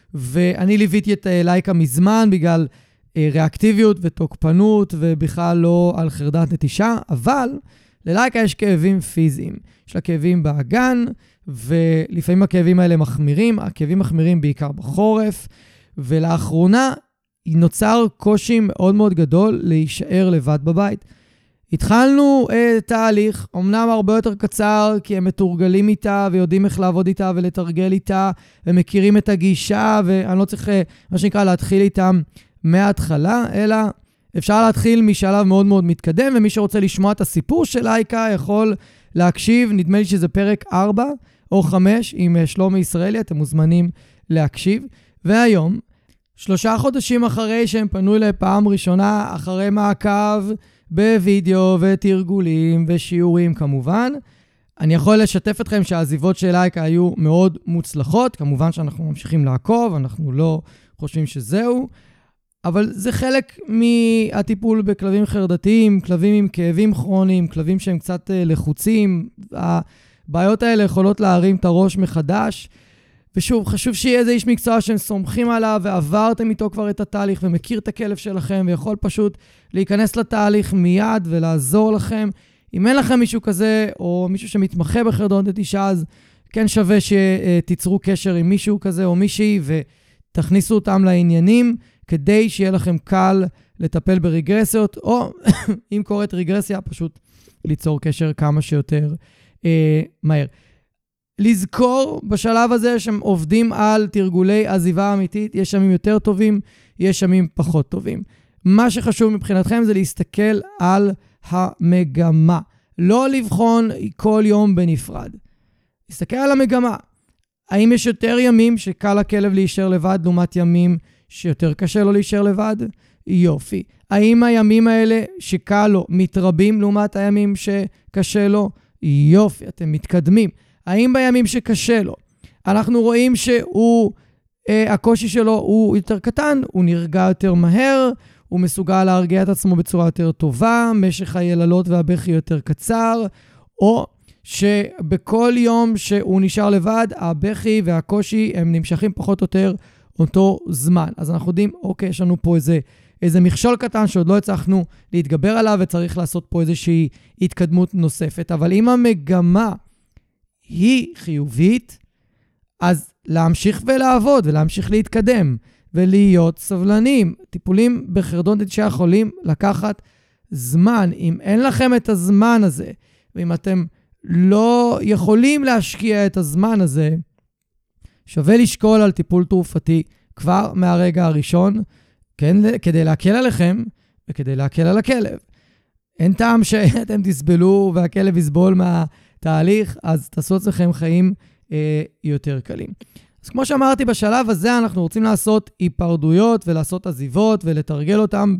ואני ליוויתי את לייקה מזמן בגלל ריאקטיביות ותוקפנות, ובכלל לא על חרדת נטישה, אבל ללייקה יש כאבים פיזיים. יש לה כאבים באגן, ולפעמים הכאבים האלה מחמירים, הכאבים מחמירים בעיקר בחורף, ולאחרונה נוצר קושי מאוד מאוד גדול להישאר לבד בבית. התחלנו תהליך, אמנם הרבה יותר קצר, כי הם מתורגלים איתה ויודעים איך לעבוד איתה ולתרגל איתה, ומכירים את הגישה, ואני לא צריך, מה שנקרא, להתחיל איתם מההתחלה, אלא אפשר להתחיל משלב מאוד מאוד מתקדם, ומי שרוצה לשמוע את הסיפור של לייקה יכול להקשיב, נדמה לי שזה פרק 4 או 5 עם שלומי ישראלי, אתם מוזמנים להקשיב. והיום, 3 חודשים אחרי שהם פנו אליי פעם ראשונה, אחרי מעקב בווידאו ותרגולים ושיעורים כמובן, אני יכול לשתף אתכם שהעזיבות של לייקה היו מאוד מוצלחות, כמובן שאנחנו ממשיכים לעקוב, אנחנו לא חושבים שזהו, אבל זה חלק מהטיפול בכלבים חרדתיים, כלבים עם כאבים כרוניים, כלבים שהם קצת לחוצים, הבעיות האלה יכולות להרים את הראש מחדש, ושוב, חשוב שיהיה איזה איש מקצוע שהם סומכים עליו, ועברתם איתו כבר את התהליך, ומכיר את הכלב שלכם, ויכול פשוט להיכנס לתהליך מיד ולעזור לכם. אם אין לכם מישהו כזה, או מישהו שמתמחה בחרדות נטישה, אז כן שווה שתיצרו קשר עם מישהו כזה או מישהי, ותכניסו אותם לעניינים, כדי שיהיה לכם קל לטפל ברגרסיות, או אם קורית רגרסיה, פשוט ליצור קשר כמה שיותר מהר. לזכור בשלב הזה שהם עובדים על תרגולי עזיבה אמיתית, יש ימים יותר טובים, יש ימים פחות טובים. מה שחשוב מבחינתכם זה להסתכל על המגמה, לא לבחון כל יום בנפרד. להסתכל על המגמה. האם יש יותר ימים שקל לכלב להישאר לבד, לעומת ימים שיותר קשה לו להישאר לבד? יופי. האם הימים האלה שקל לו מתרבים לעומת הימים שקשה לו? יופי, אתם מתקדמים. האם בימים שקשה לו, אנחנו רואים הקושי שלו הוא יותר קטן, הוא נרגע יותר מהר, הוא מסוגל להרגיע את עצמו בצורה יותר טובה, משך היללות והבכי יותר קצר, או שבכל יום שהוא נשאר לבד, הבכי והקושי הם נמשכים פחות או יותר אותו זמן. אז אנחנו יודעים, אוקיי, יש לנו פה איזה מכשול קטן שעוד לא הצלחנו להתגבר עליו, וצריך לעשות פה איזושהי התקדמות נוספת. אבל אם המגמה היא חיובית, אז להמשיך ולעבוד ולהמשיך להתקדם ולהיות סבלנים. טיפולים בחרדות נטישה יכולים לקחת זמן. אם אין לכם את הזמן הזה, ואם אתם לא יכולים להשקיע את הזמן הזה, שווה לשקול על טיפול תרופתי כבר מהרגע הראשון, כן, כדי להקל עליכם וכדי להקל על הכלב. אין טעם שאתם תסבלו והכלב יסבול תהליך, אז תעשו אצלכם חיים יותר קלים. אז כמו שאמרתי, בשלב הזה אנחנו רוצים לעשות היפרדויות ולעשות עזיבות ולתרגל אותם,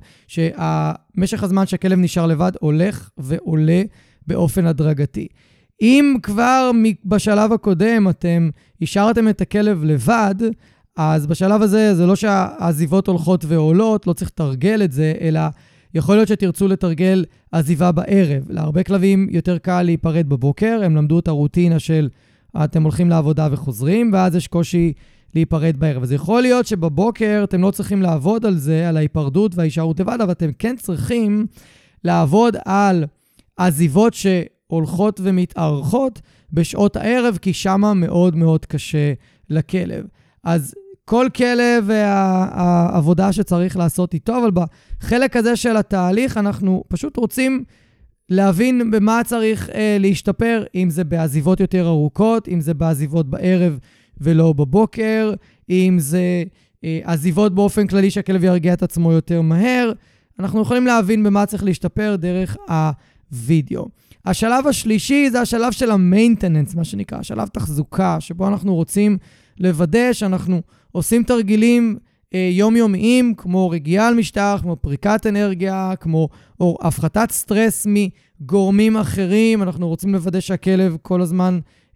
שמשך הזמן שהכלב נשאר לבד הולך ועולה באופן הדרגתי. אם כבר בשלב הקודם אתם השארתם את הכלב לבד, אז בשלב הזה זה לא שהעזיבות הולכות ועולות, לא צריך לתרגל את זה, אלא יכול להיות שתרצו לתרגל עזיבה בערב. להרבה כלבים יותר קל להיפרד בבוקר, הם למדו את הרוטינה של אתם הולכים לעבודה וחוזרים, ואז יש קושי להיפרד בערב. אז יכול להיות שבבוקר אתם לא צריכים לעבוד על זה, על ההיפרדות וההישארות לבד, אבל אתם כן צריכים לעבוד על עזיבות שהולכות ומתארכות בשעות הערב, כי שמה מאוד מאוד קשה לכלב. אז כל כלב והעבודה שצריך לעשות איתו, אבל בחלק הזה של התהליך אנחנו פשוט רוצים להבין במה צריך להשתפר, אם זה בעזיבות יותר ארוכות, אם זה בעזיבות בערב ולא בבוקר, אם זה עזיבות באופן כללי שהכלב ירגיע את עצמו יותר מהר. אנחנו יכולים להבין במה צריך להשתפר דרך הווידאו. השלב השלישי זה השלב של המיינטננס, מה שנקרא, השלב תחזוקה, שבו אנחנו רוצים לוודא שאנחנו עושים תרגילים יומיומיים, כמו רגיעה על משטח, כמו פריקת אנרגיה, כמו הפחתת סטרס מגורמים אחרים. אנחנו רוצים לוודא שהכלב כל הזמן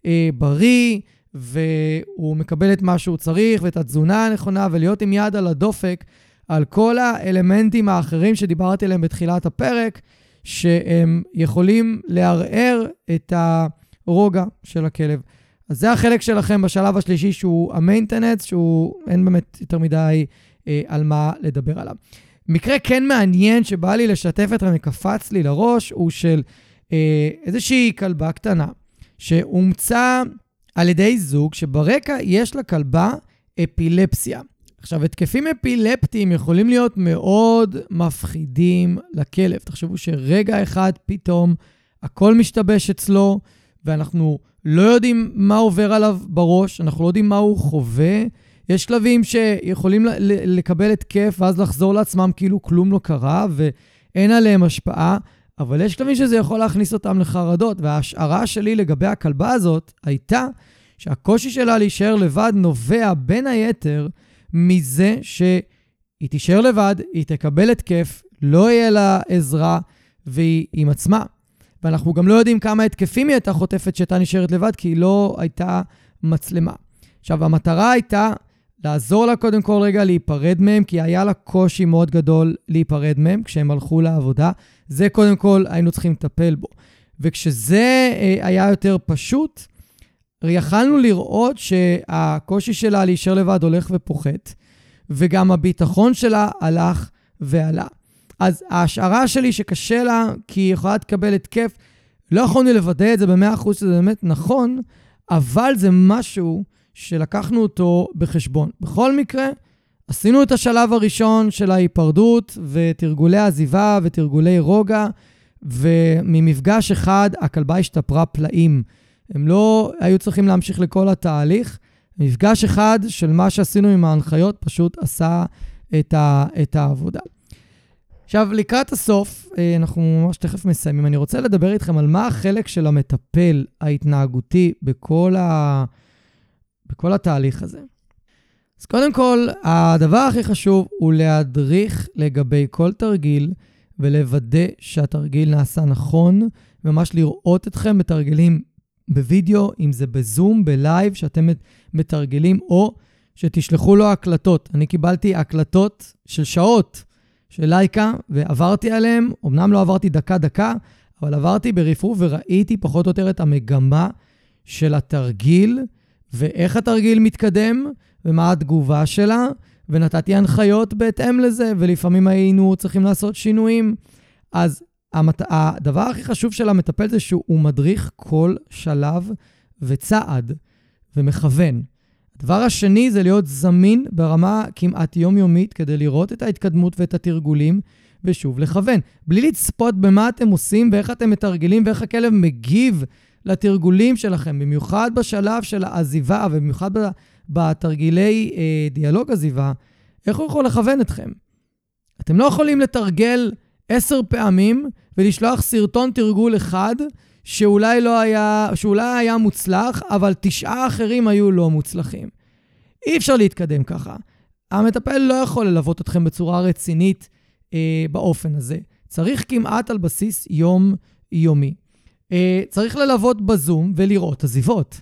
בריא, והוא מקבל את מה שהוא צריך, ואת התזונה הנכונה, ולהיות עם יד על הדופק, על כל האלמנטים האחרים שדיברתי עליהם בתחילת הפרק, שהם יכולים לערער את הרוגע של הכלב. אז זה החלק שלכם בשלב השלישי, שהוא המיינטננס, שהוא אין באמת יותר מדי על מה לדבר עליו. מקרה כן מעניין שבא לי לשתף אתכם וקפץ לי לראש, הוא של איזושהי כלבה קטנה, שהומצא על ידי זוג שברקע יש לכלבה אפילפסיה. עכשיו, התקפים אפילפטיים יכולים להיות מאוד מפחידים לכלב. תחשבו שרגע אחד פתאום הכל משתבש אצלו, ואנחנו לא יודעים מה עובר עליו בראש, אנחנו לא יודעים מה הוא חווה. יש כלבים שיכולים לקבל התקף ואז לחזור לעצמם כאילו כלום לא קרה, ואין עליהם השפעה, אבל יש כלבים שזה יכול להכניס אותם לחרדות, וההשערה שלי לגבי הכלבה הזאת הייתה שהקושי שלה להישאר לבד נובע בין היתר מזה שהיא תישאר לבד, היא תקבל התקף, לא יהיה לה עזרה, והיא עם עצמה. ואנחנו גם לא יודעים כמה התקפים היא הייתה חוטפת שהייתה נשארת לבד, כי היא לא הייתה מצלמה. עכשיו, המטרה הייתה לעזור לה קודם כל רגע להיפרד מהם, כי היה לה קושי מאוד גדול להיפרד מהם כשהם הלכו לעבודה. זה קודם כל היינו צריכים לטפל בו. וכשזה היה יותר פשוט, יכלנו לראות שהקושי שלה להישאר לבד הולך ופוחת, וגם הביטחון שלה הלך ועלה. אז ההשערה שלי שקשה לה, כי היא יכולה לקבל התקף, לא יכולנו לוודא את זה ב100% שזה באמת נכון, אבל זה משהו שלקחנו אותו בחשבון. בכל מקרה, עשינו את השלב הראשון של ההיפרדות, ותרגולי עזיבה ותרגולי רוגע, וממפגש אחד הכלבה השתפרה פלאים. הם לא היו צריכים להמשיך לכל התהליך. מפגש אחד של מה שעשינו עם ההנחיות פשוט עשה את העבודה. עכשיו, לקראת הסוף, אנחנו ממש תכף מסיימים. אני רוצה לדבר איתכם על מה החלק של המטפל ההתנהגותי בכל התהליך הזה. אז קודם כל, הדבר הכי חשוב הוא להדריך לגבי כל תרגיל, ולוודא שהתרגיל נעשה נכון, ממש לראות אתכם בתרגילים בווידאו, אם זה בזום, בלייב, שאתם מתרגלים, או שתשלחו לו הקלטות. אני קיבלתי הקלטות של שעות של לייקה, ועברתי עליהם, אמנם לא עברתי דקה, אבל עברתי ברפרוף, וראיתי פחות או יותר את המגמה של התרגיל, ואיך התרגיל מתקדם, ומה התגובה שלה, ונתתי הנחיות בהתאם לזה, ולפעמים היינו צריכים לעשות שינויים. אז הדבר הכי חשוב של המטפל זה שהוא מדריך כל שלב וצעד ומכוון. הדבר השני זה להיות זמין ברמה כמעט יומיומית כדי לראות את ההתקדמות ואת התרגולים ושוב לכוון. בלי לצפות במה אתם עושים ואיך אתם מתרגלים ואיך הכלב מגיב לתרגולים שלכם, במיוחד בשלב של העזיבה ובמיוחד בתרגילי דיאלוג עזיבה, איך הוא יכול לכוון אתכם? אתם לא יכולים לתרגל 10 פעמים ולשלוח סרטון תרגול אחד שאולי היה מוצלח, אבל 9 אחרים היו לא מוצלחים. אי אפשר להתקדם ככה. המטפל לא יכול ללוות אתכם בצורה רצינית באופן הזה. צריך כמעט על בסיס יומי. צריך ללוות בזום ולראות עזיבות.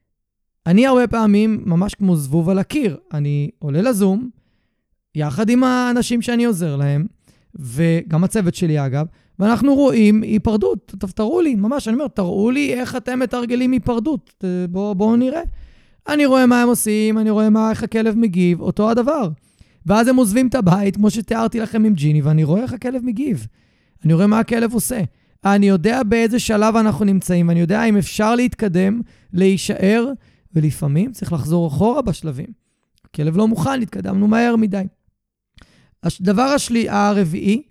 אני הרבה פעמים ממש כמו זבוב על הקיר. אני עולה לזום, יחד עם האנשים שאני עוזר להם, וגם הצוות שלי אגב, ואנחנו רואים היפרדות. טוב, תראו לי, ממש, אני אומר, תראו לי איך אתם מתרגלים היפרדות. בואו נראה. אני רואה מה הם עושים, אני רואה איך הכלב מגיב, אותו הדבר. ואז הם עוזבים את הבית, כמו שתיארתי לכם עם ג'יני, ואני רואה איך הכלב מגיב. אני רואה מה הכלב עושה. אני יודע באיזה שלב אנחנו נמצאים, ואני יודע אם אפשר להתקדם, להישאר, ולפעמים צריך לחזור אחורה בשלבים. הכלב לא מוכן, התקדמנו מהר מדי. הדבר הרביעי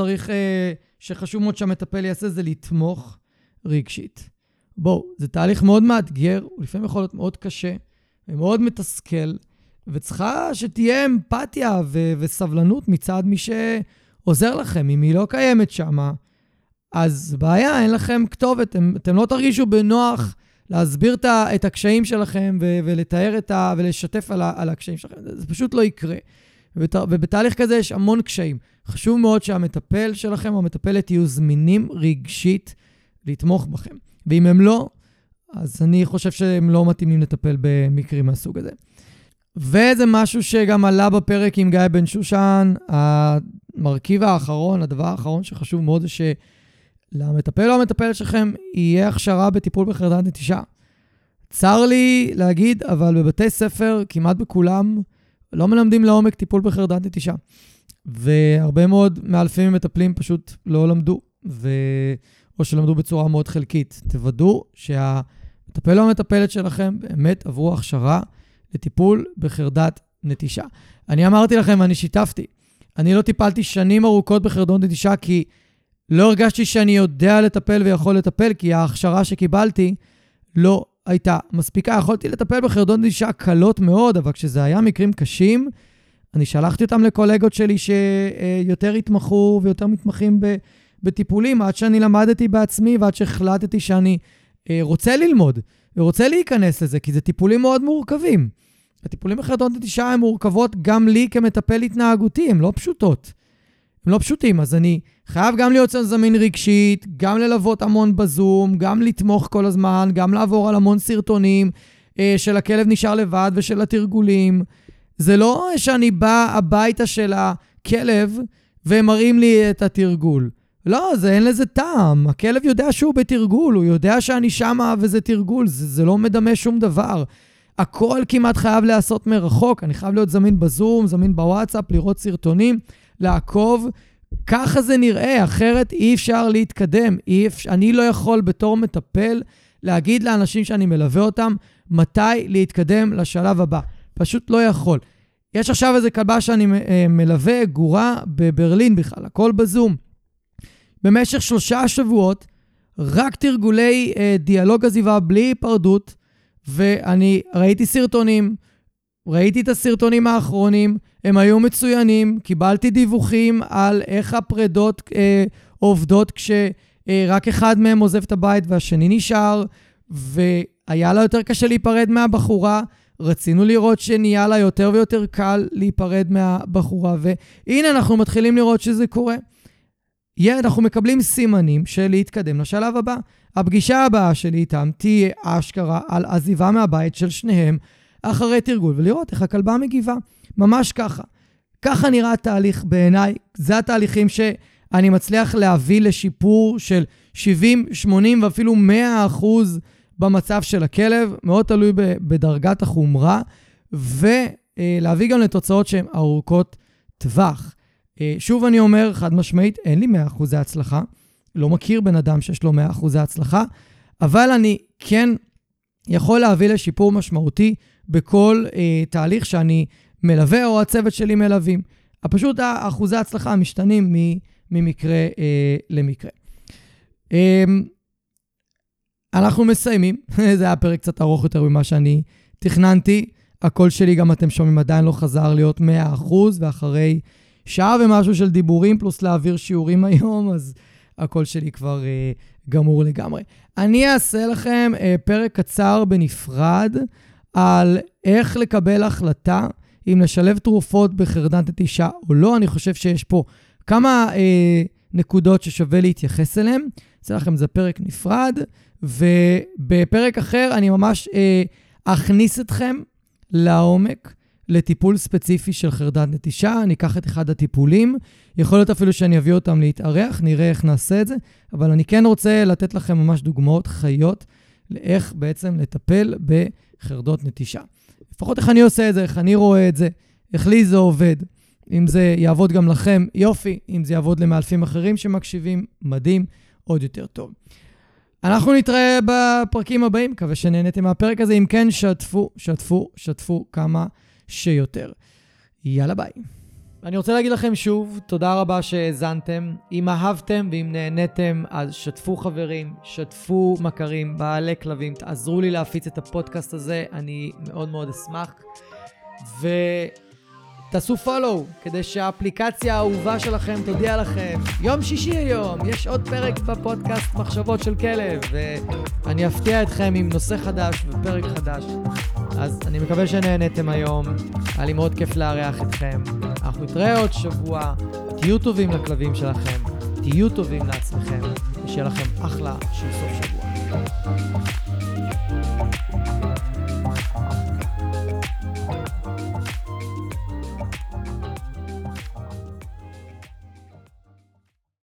שחשוב מאוד שהמטפל יעשה זה לתמוך רגשית. בואו, זה תהליך מאוד מאתגר, ולפעמים יכול להיות מאוד קשה, ומאוד מתסכל, וצריכה שתהיה אמפתיה וסבלנות מצד מי שעוזר לכם. אם היא לא קיימת שמה, אז בעיה, אין לכם כתובת, אתם לא תרגישו בנוח להסביר את הקשיים שלכם ולתאר ולשתף על הקשיים שלכם. זה פשוט לא יקרה. ובתהליך כזה יש המון קשיים. חשוב מאוד שהמטפל שלכם או המטפלת יהיו זמינים רגשית לתמוך בכם. ואם הם לא, אז אני חושב שהם לא מתאימים לטפל במקרים מהסוג הזה. וזה משהו שגם עלה בפרק עם גיא בן שושן, המרכיב האחרון, הדבר האחרון שחשוב מאוד זה שלמטפל או המטפלת שלכם יהיה הכשרה בטיפול בחרדת נטישה. צר לי להגיד, אבל בבתי ספר, כמעט בכולם, לא מלמדים לעומק טיפול בחרדת נטישה. והרבה מאוד מאלפים ומטפלים פשוט לא למדו, או שלמדו בצורה מאוד חלקית. תוודאו שהמטפל או המטפלת שלכם באמת עברו הכשרה לטיפול בחרדת נטישה. אני אמרתי לכם, אני שיתפתי. אני לא טיפלתי שנים ארוכות בחרדות נטישה, כי לא הרגשתי שאני יודע לטפל ויכול לטפל, כי ההכשרה שקיבלתי לא הייתה מספיקה. יכולתי לטפל בחרדות נטישה קלות מאוד, אבל כשזה היה מקרים קשים, אני שלחתי אותם לקולגות שלי שיותר התמחו ויותר מתמחים בטיפולים, עד שאני למדתי בעצמי ועד שהחלטתי שאני רוצה ללמוד ורוצה להיכנס לזה, כי זה טיפולים מאוד מורכבים. הטיפולים בחרדות נטישה הן מורכבות גם לי כמטפל התנהגותי, הן לא פשוטות. הם לא פשוטים, אז אני חייב גם להיות זמין רגשית, גם ללוות המון בזום, גם לתמוך כל הזמן, גם לעבור על המון סרטונים של הכלב נשאר לבד ושל התרגולים. זה לא שאני בא הביתה של הכלב והם מראים לי את התרגול. לא, אין לזה טעם. הכלב יודע שהוא בתרגול, הוא יודע שאני שמה וזה תרגול, זה לא מדמה שום דבר. הכל כמעט חייב לעשות מרחוק, אני חייב להיות זמין בזום, זמין בוואטסאפ, לראות סרטונים, לעקוב. ככה זה נראה, אחרת אי אפשר להתקדם. אני לא יכול בתור מטפל להגיד לאנשים שאני מלווה אותם מתי להתקדם לשלב הבא. פשוט לא יכול. יש עכשיו איזה כלבה שאני מלווה, גורה בברלין בכלל, הכל בזום. במשך 3 שבועות, רק תרגולי דיאלוג עזיבה בלי היפרדות, ואני ראיתי סרטונים, ראיתי את הסרטונים האחרונים, הם היו מצוינים, קיבלתי דיווחים על איך הפרדות עובדות כשרק אחד מהם עוזב את הבית והשני נשאר, והיה לה יותר קשה להיפרד מהבחורה, רצינו לראות שנהיה לה יותר ויותר קל להיפרד מהבחורה, והנה אנחנו מתחילים לראות שזה קורה. אנחנו מקבלים סימנים של להתקדם לשלב הבא. הפגישה הבאה שלי איתם תהיה אשכרה על עזיבה מהבית של שניהם אחרי תרגול, ולראות איך הכלבה מגיבה. ממש ככה. ככה נראה התהליך בעיניי. זה התהליכים שאני מצליח להביא לשיפור של 70, 80 ואפילו 100% במצב של הכלב. מאוד תלוי בדרגת החומרה, ולהביא גם לתוצאות שהן ארוכות טווח. שוב אני אומר, חד משמעית, אין לי 100% הצלחה. לא מכיר בן אדם שיש לו 100% הצלחה, אבל אני כן יכול להביא לשיפור משמעותי בכל תהליך שאני מלווה או הצוות שלי מלווים. פשוט אחוזי ההצלחה משתנים ממקרה למקרה. אנחנו מסיימים. זה היה פרק קצת ארוך יותר ממה שאני תכננתי. הקול שלי גם אתם שומעים עדיין לא חזר להיות 100%, ואחרי שעה ומשהו של דיבורים פלוס להעביר שיעורים היום, אז הקול שלי כבר גמור לגמרי. אני אעשה לכם פרק קצר בנפרד על איך לקבל החלטה אם לשלב תרופות בחרדת נטישה או לא. אני חושב שיש פה כמה נקודות ששווה להתייחס אליהן. אעשה לכם זה פרק נפרד, ובפרק אחר אני ממש אכניס אתכם לעומק לטיפול ספציפי של חרדת נטישה. אני אקח את אחד הטיפולים, יכול להיות אפילו שאני אביא אותם להתארח, נראה איך נעשה את זה, אבל אני כן רוצה לתת לכם ממש דוגמאות חיות לאיך בעצם לטפל בחרדות נטישה. לפחות איך אני עושה את זה, איך אני רואה את זה, איך לי זה עובד. אם זה יעבוד גם לכם, יופי. אם זה יעבוד למאלפים אחרים שמקשיבים, מדהים, עוד יותר טוב. אנחנו נתראה בפרקים הבאים, מקווה שנהנתם מהפרק הזה. אם כן, שתפו כמה שיותר. יאללה ביי. אני רוצה להגיד לכם שוב, תודה רבה שהזנתם. אם אהבתם ואם נהנתם, אז שתפו חברים, שתפו מכרים, בעלי כלבים, תעזרו לי להפיץ את הפודקאסט הזה, אני מאוד מאוד אשמח. ותעשו פולו, כדי שהאפליקציה האהובה שלכם תודיע לכם. יום שישי היום, יש עוד פרק בפודקאסט מחשבות של כלב, ואני אפתיע אתכם עם נושא חדש ופרק חדש. אז אני מקווה שנהנתם היום, היה לי מאוד כיף לארח אתכם. אנחנו נתראה עוד שבוע, תהיו טובים לכלבים שלכם, תהיו טובים לעצמכם, ושיהיה לכם אחלה של סוף שבוע.